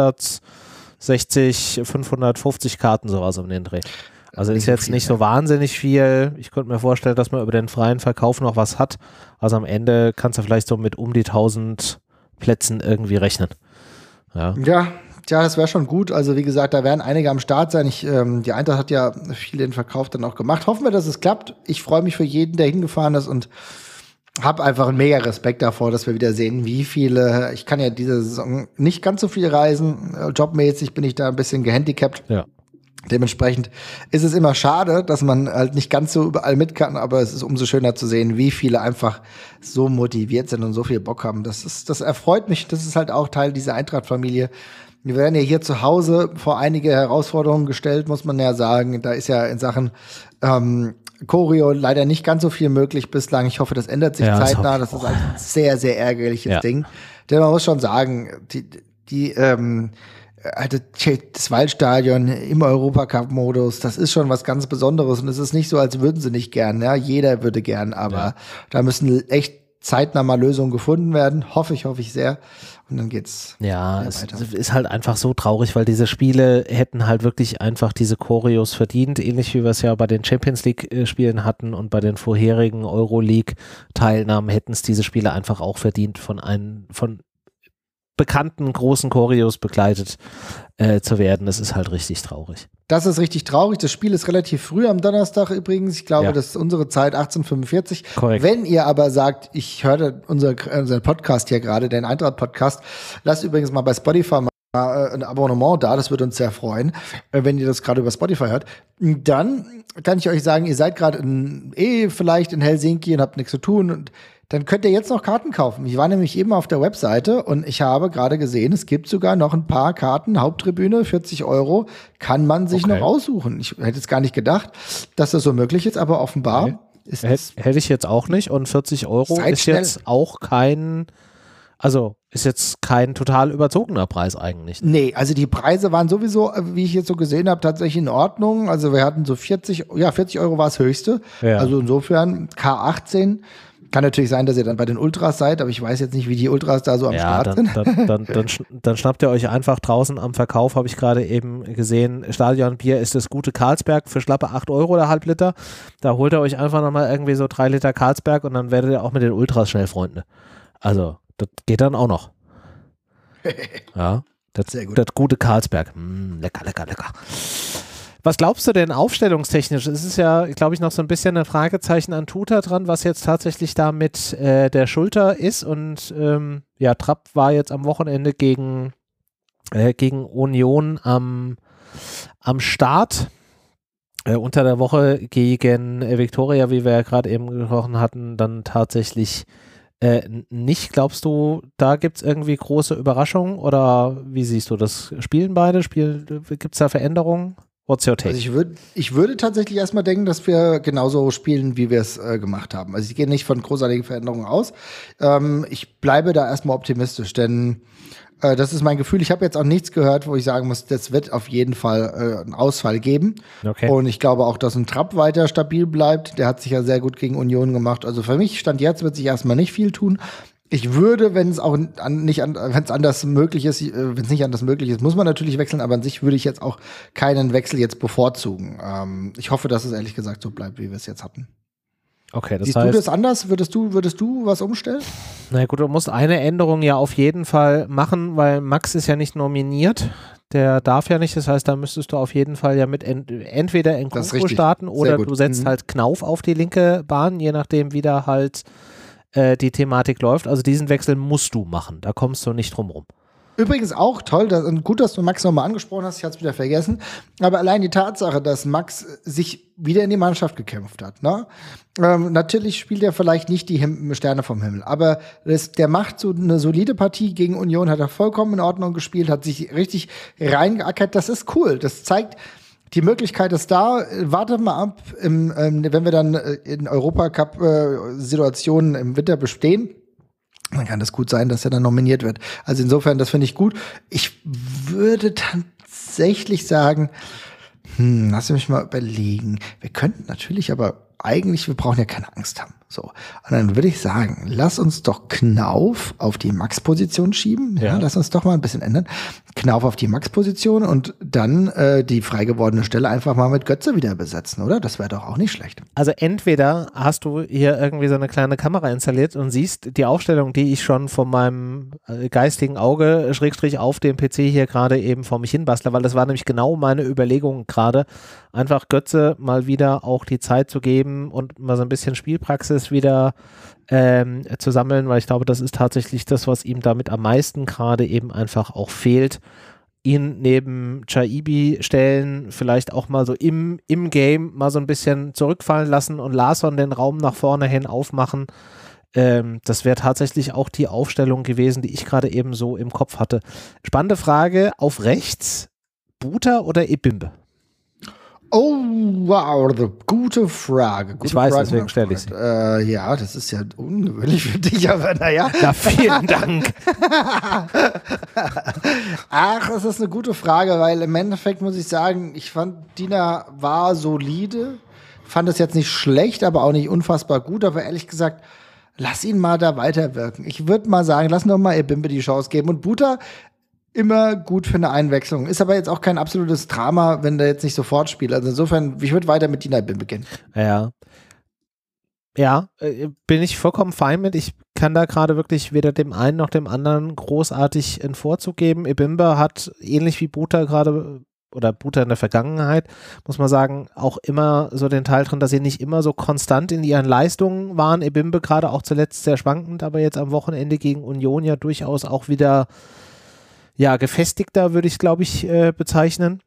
fünfhundertsechzig, fünfhundertfünfzig Karten, sowas um den Dreh. Also Nicht ist so jetzt viel, nicht so ja. wahnsinnig viel. Ich könnte mir vorstellen, dass man über den freien Verkauf noch was hat. Also am Ende kannst du vielleicht so mit um die tausend Plätzen irgendwie rechnen. Ja. Ja, tja, das wäre schon gut. Also wie gesagt, da werden einige am Start sein. Ich, ähm, die Eintracht hat ja viel den Verkauf dann auch gemacht. Hoffen wir, dass es klappt. Ich freue mich für jeden, der hingefahren ist und habe einfach einen mega Respekt davor, dass wir wieder sehen, wie viele, ich kann ja diese Saison nicht ganz so viel reisen, jobmäßig bin ich da ein bisschen gehandicapt. Ja. Dementsprechend ist es immer schade, dass man halt nicht ganz so überall mit kann, aber es ist umso schöner zu sehen, wie viele einfach so motiviert sind und so viel Bock haben. Das ist, das erfreut mich, das ist halt auch Teil dieser Eintracht-Familie. Wir werden ja hier zu Hause vor einige Herausforderungen gestellt, muss man ja sagen. Da ist ja in Sachen ähm, Choreo leider nicht ganz so viel möglich bislang. Ich hoffe, das ändert sich ja, zeitnah. Das ist ein sehr, sehr ärgerliches ja. Ding. Denn man muss schon sagen, die, die ähm, also das Waldstadion im Europacup-Modus, das ist schon was ganz Besonderes. Und es ist nicht so, als würden sie nicht gern. Ja, jeder würde gern, aber ja. da müssen echt zeitnah mal Lösungen gefunden werden. Hoffe ich, hoffe ich sehr. Und dann geht's. Ja, es ist halt einfach so traurig, weil diese Spiele hätten halt wirklich einfach diese Choreos verdient, ähnlich wie wir es ja bei den Champions League-Spielen hatten und bei den vorherigen Euroleague-Teilnahmen hätten es diese Spiele einfach auch verdient, von einem, von bekannten großen Choreos begleitet äh, zu werden. Das ist halt richtig traurig. Das ist richtig traurig. Das Spiel ist relativ früh am Donnerstag übrigens. Ich glaube, ja. das ist unsere Zeit, achtzehn Uhr fünfundvierzig. Korrekt. Wenn ihr aber sagt, ich höre unser, unseren Podcast hier gerade, den Eintracht-Podcast, lasst übrigens mal bei Spotify mal ein Abonnement da, das würde uns sehr freuen, wenn ihr das gerade über Spotify hört. Dann kann ich euch sagen, ihr seid gerade eh vielleicht in Helsinki und habt nichts zu tun und dann könnt ihr jetzt noch Karten kaufen. Ich war nämlich eben auf der Webseite und ich habe gerade gesehen, es gibt sogar noch ein paar Karten, Haupttribüne, vierzig Euro, kann man sich okay. noch aussuchen. Ich hätte es gar nicht gedacht, dass das so möglich ist, aber offenbar okay. ist es. Hätte ich jetzt auch nicht und vierzig Euro ist schnell. Jetzt auch kein, also ist jetzt kein total überzogener Preis eigentlich. Nee, also die Preise waren sowieso, wie ich jetzt so gesehen habe, tatsächlich in Ordnung. Also wir hatten so vierzig, ja vierzig Euro war das höchste. Ja. Also insofern K achtzehn. Kann natürlich sein, dass ihr dann bei den Ultras seid, aber ich weiß jetzt nicht, wie die Ultras da so am ja, Start dann, sind. Dann, dann, dann, sch dann schnappt ihr euch einfach draußen am Verkauf, habe ich gerade eben gesehen, Stadionbier ist das gute Carlsberg für schlappe acht Euro der Halbliter. Da holt ihr euch einfach nochmal irgendwie so drei Liter Carlsberg und dann werdet ihr auch mit den Ultras schnell Freunde. Also, das geht dann auch noch. Ja, das, Sehr gut. das gute Carlsberg. Mm, lecker, lecker, lecker. Was glaubst du denn aufstellungstechnisch? Es ist ja, glaube ich, noch so ein bisschen ein Fragezeichen an Tuta dran, was jetzt tatsächlich da mit äh, der Schulter ist. Und ähm, ja, Trapp war jetzt am Wochenende gegen, äh, gegen Union am, am Start. Äh, unter der Woche gegen äh, Viktoria, wie wir ja gerade eben gesprochen hatten, dann tatsächlich äh, nicht. Glaubst du, da gibt es irgendwie große Überraschungen? Oder wie siehst du das? Spielen beide? Gibt es da Veränderungen? What's your take? Also ich, würd, ich würde tatsächlich erstmal denken, dass wir genauso spielen, wie wir es äh, gemacht haben. Also ich gehe nicht von großartigen Veränderungen aus. Ähm, ich bleibe da erstmal optimistisch, denn äh, das ist mein Gefühl. Ich habe jetzt auch nichts gehört, wo ich sagen muss, das wird auf jeden Fall äh, einen Ausfall geben. Okay. Und ich glaube auch, dass ein Trapp weiter stabil bleibt. Der hat sich ja sehr gut gegen Union gemacht. Also für mich, Stand jetzt, wird sich erstmal nicht viel tun. Ich würde, wenn es auch an, nicht an, wenn es anders möglich ist, wenn es nicht anders möglich ist, muss man natürlich wechseln, aber an sich würde ich jetzt auch keinen Wechsel jetzt bevorzugen. Ähm, ich hoffe, dass es ehrlich gesagt so bleibt, wie wir es jetzt hatten. Okay, das Siehst heißt, du das anders? Würdest du, würdest du was umstellen? Na gut, du musst eine Änderung ja auf jeden Fall machen, weil Max ist ja nicht nominiert. Der darf ja nicht, das heißt, da müsstest du auf jeden Fall ja mit ent entweder in Nkunku starten oder du setzt mhm. halt Knauf auf die linke Bahn, je nachdem, wie da halt die Thematik läuft. Also diesen Wechsel musst du machen. Da kommst du nicht drum rum. Übrigens auch toll, dass, gut, dass du Max nochmal angesprochen hast, ich hatte es wieder vergessen, aber allein die Tatsache, dass Max sich wieder in die Mannschaft gekämpft hat, ne? Ähm, natürlich spielt er vielleicht nicht die Him- Sterne vom Himmel, aber das, der macht so eine solide Partie gegen Union, hat er vollkommen in Ordnung gespielt, hat sich richtig reingeackert, das ist cool, das zeigt, die Möglichkeit ist da. Wartet mal ab, im, ähm, wenn wir dann in Europacup-Situationen äh, im Winter bestehen, dann kann das gut sein, dass er dann nominiert wird. Also insofern, das finde ich gut. Ich würde tatsächlich sagen, hm, lass mich mal überlegen. Wir könnten natürlich aber eigentlich, wir brauchen ja keine Angst haben. So. Und dann würde ich sagen, lass uns doch Knauf auf die Max-Position schieben. Ja. Ja, lass uns doch mal ein bisschen ändern. Knauf auf die Max-Position und dann äh, die frei gewordene Stelle einfach mal mit Götze wieder besetzen, oder? Das wäre doch auch nicht schlecht. Also entweder hast du hier irgendwie so eine kleine Kamera installiert und siehst die Aufstellung, die ich schon von meinem geistigen Auge, Schrägstrich auf dem P C hier gerade eben vor mich hin bastle, weil das war nämlich genau meine Überlegung gerade, einfach Götze mal wieder auch die Zeit zu geben und mal so ein bisschen Spielpraxis Basis wieder ähm, zu sammeln, weil ich glaube, das ist tatsächlich das, was ihm damit am meisten gerade eben einfach auch fehlt. Ihn neben Chaibi stellen, vielleicht auch mal so im, im Game mal so ein bisschen zurückfallen lassen und Larsson den Raum nach vorne hin aufmachen. Ähm, das wäre tatsächlich auch die Aufstellung gewesen, die ich gerade eben so im Kopf hatte. Spannende Frage, auf rechts, Buta oder Ebimbe? Oh, wow, gute Frage. Gute ich weiß, Frage, deswegen stelle ich sie. Äh, ja, das ist ja ungewöhnlich für dich, aber naja. Na, vielen Dank. Ach, das ist eine gute Frage, weil im Endeffekt muss ich sagen, ich fand, Dina war solide, fand es jetzt nicht schlecht, aber auch nicht unfassbar gut, aber ehrlich gesagt, lass ihn mal da weiterwirken. Ich würde mal sagen, lass noch mal Ebimbe die Chance geben. Und Buta, immer gut für eine Einwechslung. Ist aber jetzt auch kein absolutes Drama, wenn der jetzt nicht sofort spielt. Also insofern, ich würde weiter mit Dina Ebimbe gehen. Ja. Ja, äh, bin ich vollkommen fein mit. Ich kann da gerade wirklich weder dem einen noch dem anderen großartig einen Vorzug geben. Ebimbe hat ähnlich wie Buta gerade oder Buta in der Vergangenheit, muss man sagen, auch immer so den Teil drin, dass sie nicht immer so konstant in ihren Leistungen waren. Ebimbe gerade auch zuletzt sehr schwankend, aber jetzt am Wochenende gegen Union ja durchaus auch wieder ja, gefestigter, würde ich glaube ich äh, bezeichnen.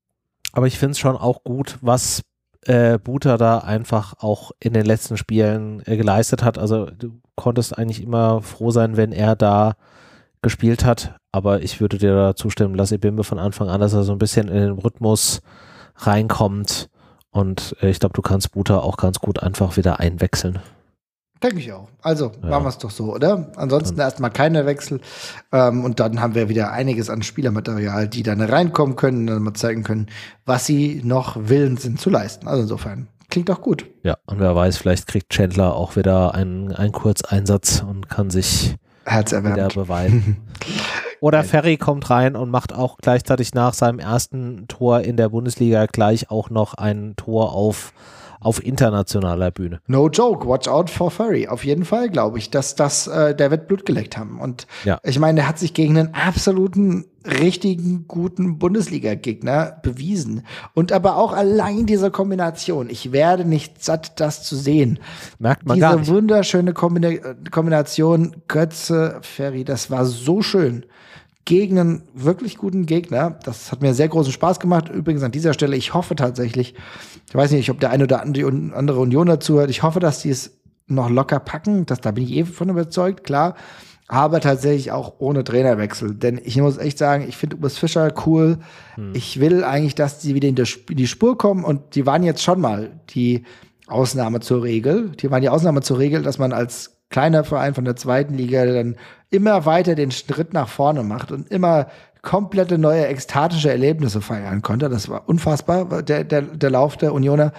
Aber ich finde es schon auch gut, was äh, Buta da einfach auch in den letzten Spielen äh, geleistet hat. Also du konntest eigentlich immer froh sein, wenn er da gespielt hat. Aber ich würde dir da zustimmen, lass Ebimbe von Anfang an, dass er so ein bisschen in den Rhythmus reinkommt. Und äh, ich glaube, du kannst Buta auch ganz gut einfach wieder einwechseln. Denke ich auch. Also Ja. machen wir es doch so, oder? Ansonsten erstmal keine Wechsel. Ähm, und dann haben wir wieder einiges an Spielermaterial, die dann reinkommen können und dann mal zeigen können, was sie noch willens sind zu leisten. Also insofern klingt doch gut. Ja, und wer weiß, vielleicht kriegt Chandler auch wieder einen, einen Kurzeinsatz und kann sich Herzerwärmend wieder beweisen. Oder Ferry kommt rein und macht auch gleichzeitig nach seinem ersten Tor in der Bundesliga gleich auch noch ein Tor auf auf internationaler Bühne. No joke, watch out for Furry. Auf jeden Fall glaube ich, dass das, äh, der wird Blut geleckt haben. Und ja. ich meine, der hat sich gegen einen absoluten, richtigen, guten Bundesliga-Gegner bewiesen. Und aber auch allein diese Kombination. Ich werde nicht satt, das zu sehen. Merkt man diese gar nicht. Diese wunderschöne Kombina- Kombination Götze, Ferry, das war so schön. Gegen einen wirklich guten Gegner. Das hat mir sehr großen Spaß gemacht. Übrigens an dieser Stelle, ich hoffe tatsächlich, ich weiß nicht, ob der eine oder andere Union dazu hört, ich hoffe, dass die es noch locker packen. Das, da bin ich eh von überzeugt, klar. Aber tatsächlich auch ohne Trainerwechsel. Denn ich muss echt sagen, ich finde Urs Fischer cool. Hm. Ich will eigentlich, dass die wieder in die Spur kommen. Und die waren jetzt schon mal die Ausnahme zur Regel. Die waren die Ausnahme zur Regel, dass man als kleiner Verein von der zweiten Liga dann immer weiter den Schritt nach vorne macht und immer komplette neue ekstatische Erlebnisse feiern konnte. Das war unfassbar, der, der, der Lauf der Unioner.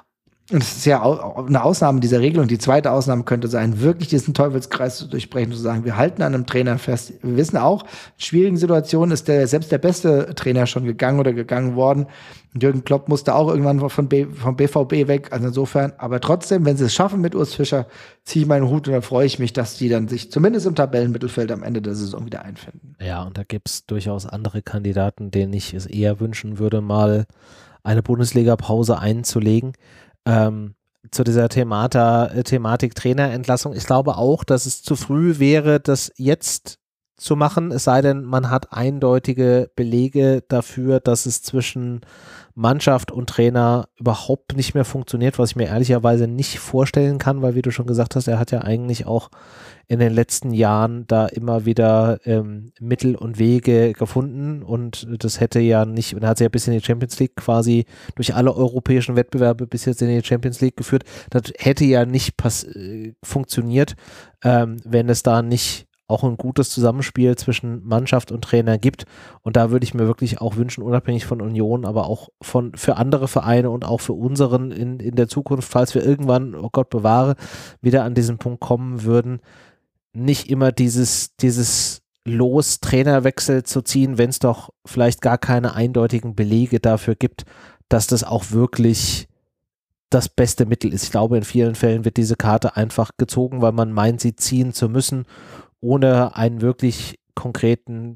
Und es ist ja eine Ausnahme dieser Regel. Und die zweite Ausnahme könnte sein, wirklich diesen Teufelskreis zu durchbrechen, zu sagen, wir halten an einem Trainer fest. Wir wissen auch, in schwierigen Situationen ist der, selbst der beste Trainer schon gegangen oder gegangen worden. Jürgen Klopp musste auch irgendwann von B, vom B V B weg. Also insofern, aber trotzdem, wenn sie es schaffen mit Urs Fischer, ziehe ich meinen Hut und da freue ich mich, dass die dann sich zumindest im Tabellenmittelfeld am Ende der Saison wieder einfinden. Ja, und da gibt es durchaus andere Kandidaten, denen ich es eher wünschen würde, mal eine Bundesliga-Pause einzulegen. Ähm, zu dieser Themata, äh, Thematik Trainerentlassung. Ich glaube auch, dass es zu früh wäre, das jetzt zu machen, es sei denn, man hat eindeutige Belege dafür, dass es zwischen Mannschaft und Trainer überhaupt nicht mehr funktioniert, was ich mir ehrlicherweise nicht vorstellen kann, weil wie du schon gesagt hast, er hat ja eigentlich auch in den letzten Jahren da immer wieder ähm, Mittel und Wege gefunden und das hätte ja nicht, und er hat sich ja bis in die Champions League quasi durch alle europäischen Wettbewerbe bis jetzt in die Champions League geführt. Das hätte ja nicht pass- äh, funktioniert, ähm, wenn es da nicht auch ein gutes Zusammenspiel zwischen Mannschaft und Trainer gibt. Und da würde ich mir wirklich auch wünschen, unabhängig von Union, aber auch von für andere Vereine und auch für unseren in, in der Zukunft, falls wir irgendwann, oh Gott bewahre, wieder an diesen Punkt kommen würden, nicht immer dieses, dieses Los Trainerwechsel zu ziehen, wenn es doch vielleicht gar keine eindeutigen Belege dafür gibt, dass das auch wirklich das beste Mittel ist. Ich glaube, in vielen Fällen wird diese Karte einfach gezogen, weil man meint, sie ziehen zu müssen, ohne einen wirklich konkreten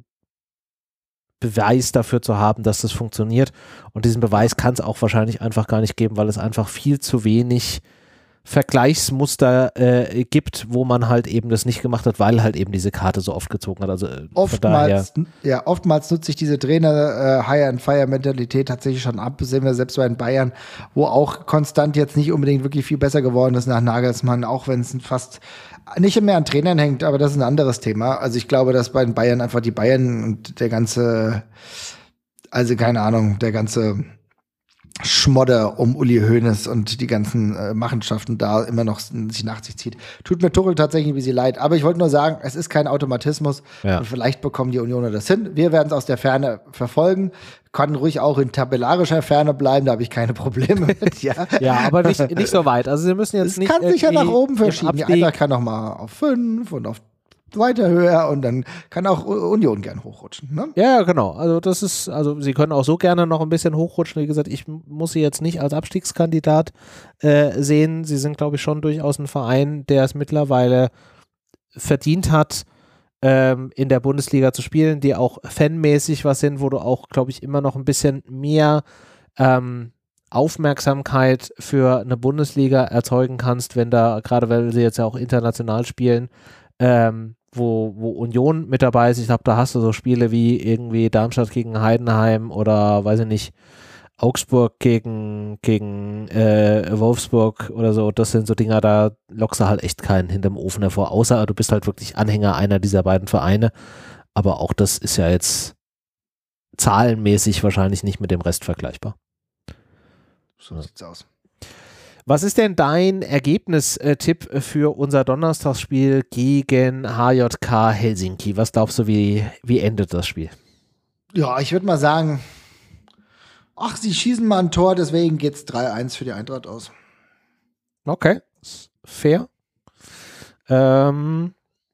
Beweis dafür zu haben, dass das funktioniert. Und diesen Beweis kann es auch wahrscheinlich einfach gar nicht geben, weil es einfach viel zu wenig Vergleichsmuster äh, gibt, wo man halt eben das nicht gemacht hat, weil halt eben diese Karte so oft gezogen hat. Also äh, oftmals, ja, oftmals nutze ich diese Trainer äh, High-and-Fire-Mentalität tatsächlich schon ab. Das sehen wir selbst bei den Bayern, wo auch konstant jetzt nicht unbedingt wirklich viel besser geworden ist nach Nagelsmann, auch wenn es fast nicht mehr an Trainern hängt, aber das ist ein anderes Thema. Also ich glaube, dass bei den Bayern einfach die Bayern und der ganze, also keine Ahnung, der ganze Schmodder um Uli Hoeneß und die ganzen äh, Machenschaften da immer noch sich nach sich zieht. Tut mir Tuchel tatsächlich ein bisschen leid, aber ich wollte nur sagen, es ist kein Automatismus ja. und vielleicht bekommen die Unioner das hin. Wir werden es aus der Ferne verfolgen, kann ruhig auch in tabellarischer Ferne bleiben, da habe ich keine Probleme mit. Ja, ja aber nicht, nicht so weit. Also sie müssen jetzt es nicht kann sich ja nach oben verschieben. Die Eintracht kann noch mal auf fünf und auf weiter höher und dann kann auch Union gern hochrutschen. Ne? Ja, genau. Also das ist, also sie können auch so gerne noch ein bisschen hochrutschen. Wie gesagt, ich muss sie jetzt nicht als Abstiegskandidat äh, sehen. Sie sind, glaube ich, schon durchaus ein Verein, der es mittlerweile verdient hat, ähm, in der Bundesliga zu spielen, die auch fanmäßig was sind, wo du auch, glaube ich, immer noch ein bisschen mehr ähm, Aufmerksamkeit für eine Bundesliga erzeugen kannst, wenn da, gerade weil sie jetzt ja auch international spielen, ähm, wo, wo Union mit dabei ist. Ich glaube, da hast du so Spiele wie irgendwie Darmstadt gegen Heidenheim oder, weiß ich nicht, Augsburg gegen, gegen äh, Wolfsburg oder so. Das sind so Dinger, da lockst du halt echt keinen hinterm Ofen hervor, außer du bist halt wirklich Anhänger einer dieser beiden Vereine. Aber auch das ist ja jetzt zahlenmäßig wahrscheinlich nicht mit dem Rest vergleichbar. So sieht's aus. Was ist denn dein Ergebnistipp für unser Donnerstagsspiel gegen H J K Helsinki? Was glaubst du, wie, wie endet das Spiel? Ja, ich würde mal sagen, ach, sie schießen mal ein Tor, deswegen geht's drei eins für die Eintracht aus. Okay, fair. Ähm,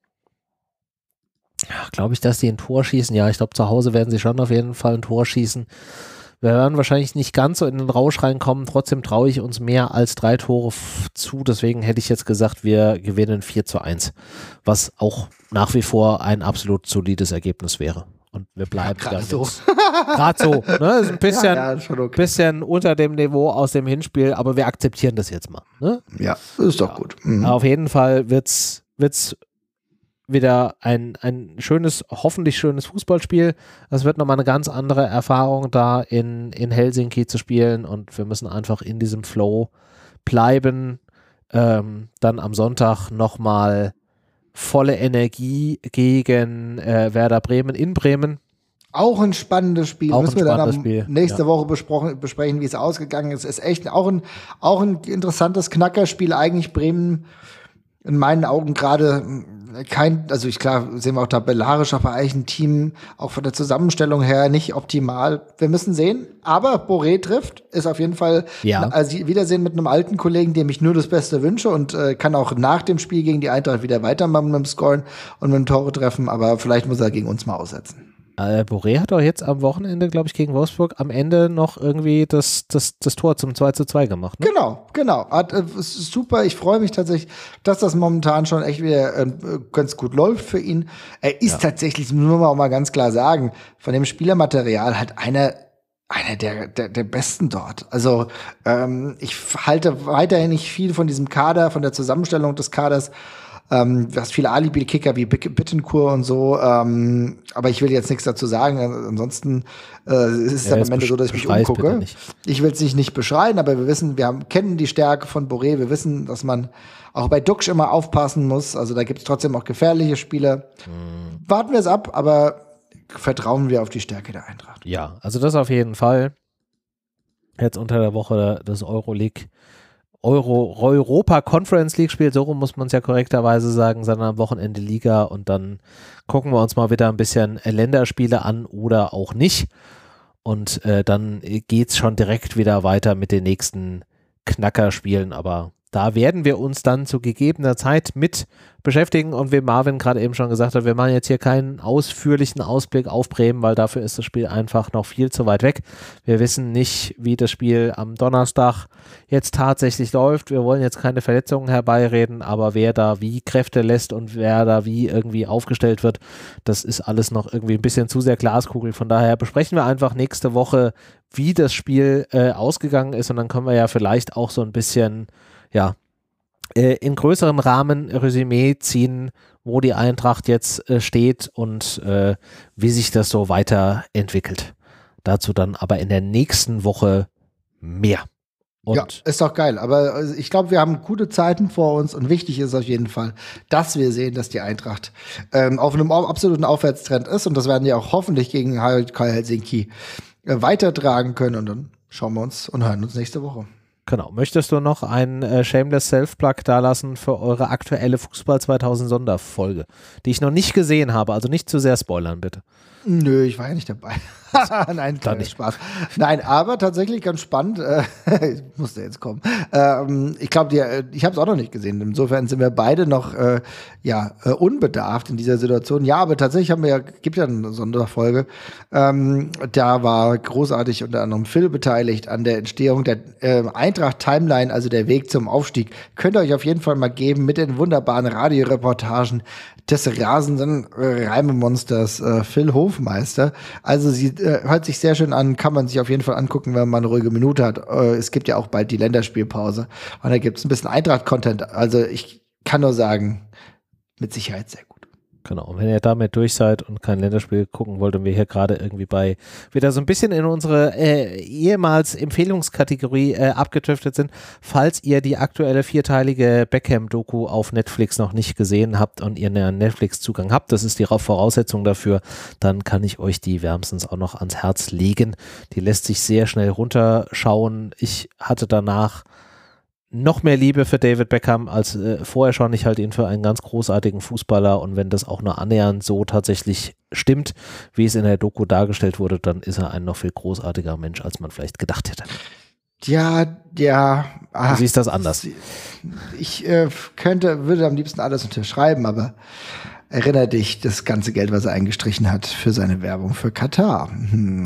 ja, glaube ich, dass die ein Tor schießen? Ja, ich glaube, zu Hause werden sie schon auf jeden Fall ein Tor schießen. Wir werden wahrscheinlich nicht ganz so in den Rausch reinkommen. Trotzdem traue ich uns mehr als drei Tore f- zu. Deswegen hätte ich jetzt gesagt, wir gewinnen vier zu eins. Was auch nach wie vor ein absolut solides Ergebnis wäre. Und wir bleiben ja, gerade so. Gerade so. Ne? Ist ein bisschen, ja, ja, schon okay. bisschen unter dem Niveau aus dem Hinspiel, aber wir akzeptieren das jetzt mal. Ne? Ja, ist doch ja. gut. Mhm. Auf jeden Fall wird's, wird's wieder ein, ein schönes, hoffentlich schönes Fußballspiel. Das wird nochmal eine ganz andere Erfahrung, da in, in Helsinki zu spielen, und wir müssen einfach in diesem Flow bleiben. Ähm, dann am Sonntag nochmal volle Energie gegen äh, Werder Bremen in Bremen. Auch ein spannendes Spiel. Auch Müssen ein wir dann am Spiel. nächste ja. Woche besprochen, besprechen, wie es ausgegangen ist. Ist echt auch ein, auch ein interessantes Knackerspiel. Eigentlich Bremen in meinen Augen gerade kein, also ich klar, sehen wir auch tabellarisch, aber eigentlich ein Team, auch von der Zusammenstellung her nicht optimal. Wir müssen sehen, aber Boré trifft, ist auf jeden Fall ja. also Wiedersehen mit einem alten Kollegen, dem ich nur das Beste wünsche, und äh, kann auch nach dem Spiel gegen die Eintracht wieder weitermachen mit dem Scoren und mit dem Tore treffen, aber vielleicht muss er gegen uns mal aussetzen. Äh, Boré hat doch jetzt am Wochenende, glaube ich, gegen Wolfsburg am Ende noch irgendwie das, das, das Tor zum zwei zu zwei gemacht. Ne? Genau, genau. Hat, äh, ist super. Ich freue mich tatsächlich, dass das momentan schon echt wieder äh, ganz gut läuft für ihn. Er ist ja. tatsächlich, das muss man auch mal ganz klar sagen, von dem Spielermaterial halt einer einer der, der, der besten dort. Also ähm, ich halte weiterhin nicht viel von diesem Kader, von der Zusammenstellung des Kaders. Ähm, du hast viele Alibi-Kicker wie Bittencourt und so, ähm, aber ich will jetzt nichts dazu sagen. Ansonsten äh, ist es ja, dann am Ende so, dass ich mich umgucke. Ich will es nicht, nicht beschreien, aber wir wissen, wir haben, kennen die Stärke von Boré. Wir wissen, dass man auch bei Duxch immer aufpassen muss. Also da gibt es trotzdem auch gefährliche Spieler. Mhm. Warten wir es ab, aber vertrauen wir auf die Stärke der Eintracht. Ja, also das auf jeden Fall. Jetzt unter der Woche das Euroleague Euro, Europa Conference League Spiel, so rum muss man es ja korrekterweise sagen, sondern am Wochenende Liga, und dann gucken wir uns mal wieder ein bisschen Länderspiele an oder auch nicht, und äh, dann geht's schon direkt wieder weiter mit den nächsten Knackerspielen, aber da werden wir uns dann zu gegebener Zeit mit beschäftigen, und wie Marvin gerade eben schon gesagt hat, wir machen jetzt hier keinen ausführlichen Ausblick auf Bremen, weil dafür ist das Spiel einfach noch viel zu weit weg. Wir wissen nicht, wie das Spiel am Donnerstag jetzt tatsächlich läuft. Wir wollen jetzt keine Verletzungen herbeireden, aber wer da wie Kräfte lässt und wer da wie irgendwie aufgestellt wird, das ist alles noch irgendwie ein bisschen zu sehr Glaskugel. Von daher besprechen wir einfach nächste Woche, wie das Spiel äh, ausgegangen ist, und dann können wir ja vielleicht auch so ein bisschen ja, äh, in größerem Rahmen Resümee ziehen, wo die Eintracht jetzt äh, steht und äh, wie sich das so weiterentwickelt. Dazu dann aber in der nächsten Woche mehr. Und ja, ist doch geil. Aber also, ich glaube, wir haben gute Zeiten vor uns und wichtig ist auf jeden Fall, dass wir sehen, dass die Eintracht ähm, auf einem absoluten Aufwärtstrend ist und das werden wir auch hoffentlich gegen H J K Helsinki äh, weitertragen können und dann schauen wir uns und hören uns nächste Woche. Genau. Möchtest du noch einen äh, Shameless Self-Plug dalassen für eure aktuelle Fußball zweitausend Sonderfolge, die ich noch nicht gesehen habe? Also nicht zu sehr spoilern, bitte. Nö, ich war ja nicht dabei. Nein, kleiner Spaß. Nein, aber tatsächlich ganz spannend. Äh, musste jetzt kommen. Ähm, ich glaube, ich habe es auch noch nicht gesehen. Insofern sind wir beide noch äh, ja, äh, unbedarft in dieser Situation. Ja, aber tatsächlich haben wir ja, gibt ja eine Sonderfolge. Ähm, da war großartig unter anderem Phil beteiligt an der Entstehung der äh, Eintracht-Timeline, also der Weg zum Aufstieg. Könnt ihr euch auf jeden Fall mal geben mit den wunderbaren Radioreportagen des rasenden äh, Reimemonsters äh, Phil Hofmeister. Also sie äh, hört sich sehr schön an, kann man sich auf jeden Fall angucken, wenn man eine ruhige Minute hat. Äh, es gibt ja auch bald die Länderspielpause und da gibt es ein bisschen Eintracht-Content. Also ich kann nur sagen, mit Sicherheit sehr gut. Genau, und wenn ihr damit durch seid und kein Länderspiel gucken wollt und wir hier gerade irgendwie bei wieder so ein bisschen in unsere äh, ehemals Empfehlungskategorie äh, abgedriftet sind, falls ihr die aktuelle vierteilige Beckham-Doku auf Netflix noch nicht gesehen habt und ihr einen Netflix-Zugang habt, das ist die Voraussetzung dafür, dann kann ich euch die wärmstens auch noch ans Herz legen. Die lässt sich sehr schnell runterschauen. Ich hatte danach noch mehr Liebe für David Beckham als äh, vorher schon. Ich halte ihn für einen ganz großartigen Fußballer und wenn das auch nur annähernd so tatsächlich stimmt, wie es in der Doku dargestellt wurde, dann ist er ein noch viel großartiger Mensch, als man vielleicht gedacht hätte. Ja, ja. Du siehst das anders. Ich äh, könnte, würde am liebsten alles unterschreiben, aber erinnere dich, das ganze Geld, was er eingestrichen hat für seine Werbung für Katar. Hm.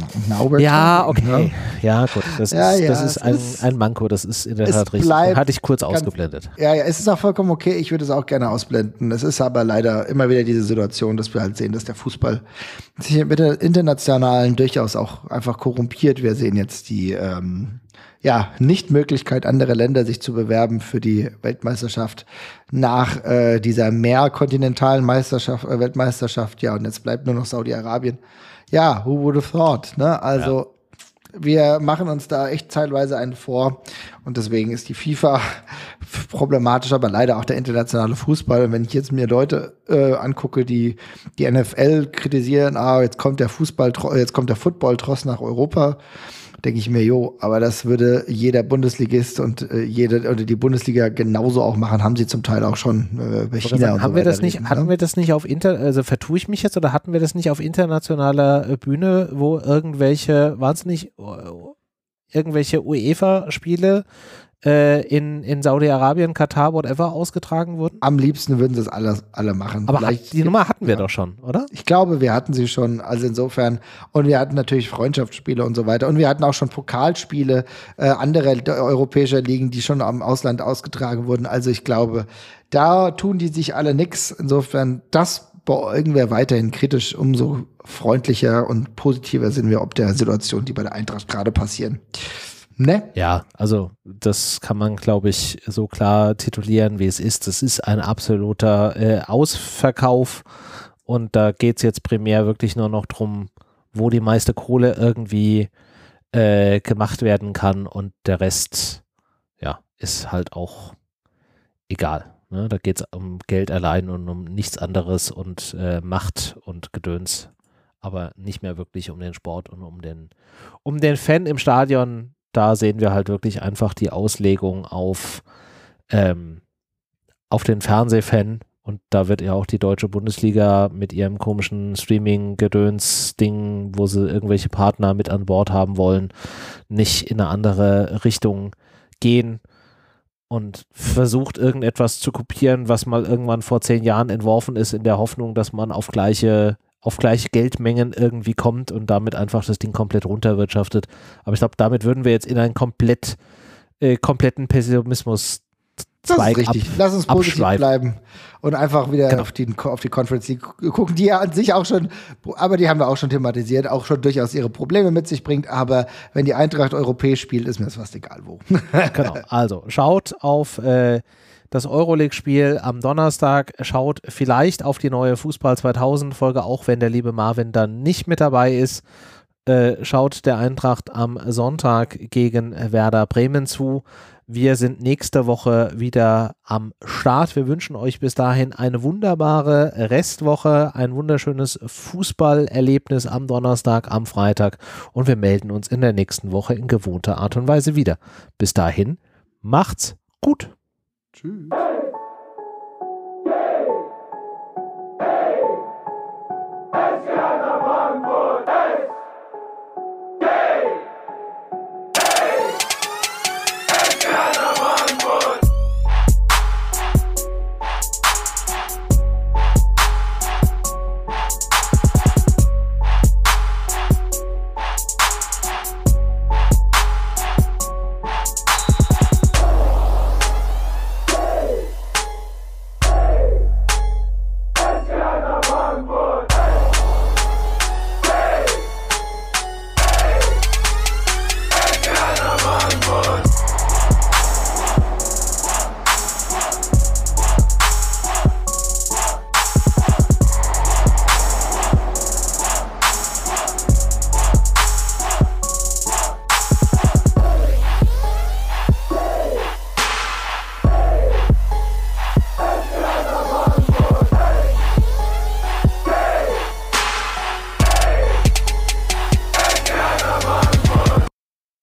Ja, okay. Ne? Ja, gut. Das ja, ist, ja, das ist ein, ist, ein Manko, das ist in der Tat richtig. Hatte ich kurz ganz, ausgeblendet. Ja, ja, es ist auch vollkommen okay. Ich würde es auch gerne ausblenden. Es ist aber leider immer wieder diese Situation, dass wir halt sehen, dass der Fußball sich mit der internationalen durchaus auch einfach korrumpiert. Wir sehen jetzt die ähm, ja, Nichtmöglichkeit anderer Länder, sich zu bewerben für die Weltmeisterschaft nach äh, dieser mehrkontinentalen Meisterschaft, äh, Weltmeisterschaft. Ja, und jetzt bleibt nur noch Saudi-Arabien. Ja, who would have thought, ne? Also, ja. Wir machen uns da echt teilweise einen vor und deswegen ist die FIFA problematisch, aber leider auch der internationale Fußball. Und wenn ich jetzt mir Leute äh, angucke, die die N F L kritisieren, ah, jetzt kommt der Fußball, jetzt kommt der Football-Tross nach Europa, denke ich mir, jo, aber das würde jeder Bundesligist und äh, jede oder die Bundesliga genauso auch machen, haben sie zum Teil auch schon äh, bei China sagen, und haben so wir weiter das nicht, reden, hatten ne? wir das nicht auf Inter, also vertue ich mich jetzt oder hatten wir das nicht auf internationaler äh, Bühne, wo irgendwelche, waren es nicht uh, irgendwelche UEFA-Spiele äh, in, in Saudi-Arabien, Katar, whatever ausgetragen wurden? Am liebsten würden sie es alle, alle machen. Aber hat, die Nummer hatten wir ja. doch schon, oder? Ich glaube, wir hatten sie schon, also insofern, und wir hatten natürlich Freundschaftsspiele und so weiter und wir hatten auch schon Pokalspiele äh, anderer europäischer Ligen, die schon am Ausland ausgetragen wurden. Also ich glaube, da tun die sich alle nix. Insofern, das bei irgendwer weiterhin kritisch, umso freundlicher und positiver sind wir ob der Situation, die bei der Eintracht gerade passieren. Ne? Ja, also das kann man, glaube ich, so klar titulieren, wie es ist. Das ist ein absoluter äh, Ausverkauf und da geht es jetzt primär wirklich nur noch drum, wo die meiste Kohle irgendwie äh, gemacht werden kann und der Rest, ja, ist halt auch egal. Ne? Da geht es um Geld allein und um nichts anderes und äh, Macht und Gedöns, aber nicht mehr wirklich um den Sport und um den, um den Fan im Stadion. Da sehen wir halt wirklich einfach die Auslegung auf, ähm, auf den Fernsehfan und da wird ja auch die deutsche Bundesliga mit ihrem komischen Streaming-Gedöns-Ding, wo sie irgendwelche Partner mit an Bord haben wollen, nicht in eine andere Richtung gehen und versucht irgendetwas zu kopieren, was mal irgendwann vor zehn Jahren entworfen ist, in der Hoffnung, dass man auf gleiche auf gleiche Geldmengen irgendwie kommt und damit einfach das Ding komplett runterwirtschaftet. Aber ich glaube, damit würden wir jetzt in einen komplett, äh, kompletten Pessimismus Zweig das ist richtig. Ab, Lass uns positiv bleiben und einfach wieder genau. auf, die, auf die Conference League gucken, die ja an sich auch schon, aber die haben wir auch schon thematisiert, auch schon durchaus ihre Probleme mit sich bringt, aber wenn die Eintracht europäisch spielt, ist mir das fast egal wo. Genau, also schaut auf äh, das Euroleague-Spiel am Donnerstag. Schaut vielleicht auf die neue Fußball zweitausend-Folge, auch wenn der liebe Marvin dann nicht mit dabei ist. Äh, schaut der Eintracht am Sonntag gegen Werder Bremen zu. Wir sind nächste Woche wieder am Start. Wir wünschen euch bis dahin eine wunderbare Restwoche, ein wunderschönes Fußballerlebnis am Donnerstag, am Freitag und wir melden uns in der nächsten Woche in gewohnter Art und Weise wieder. Bis dahin, macht's gut. Tschüss. Es kann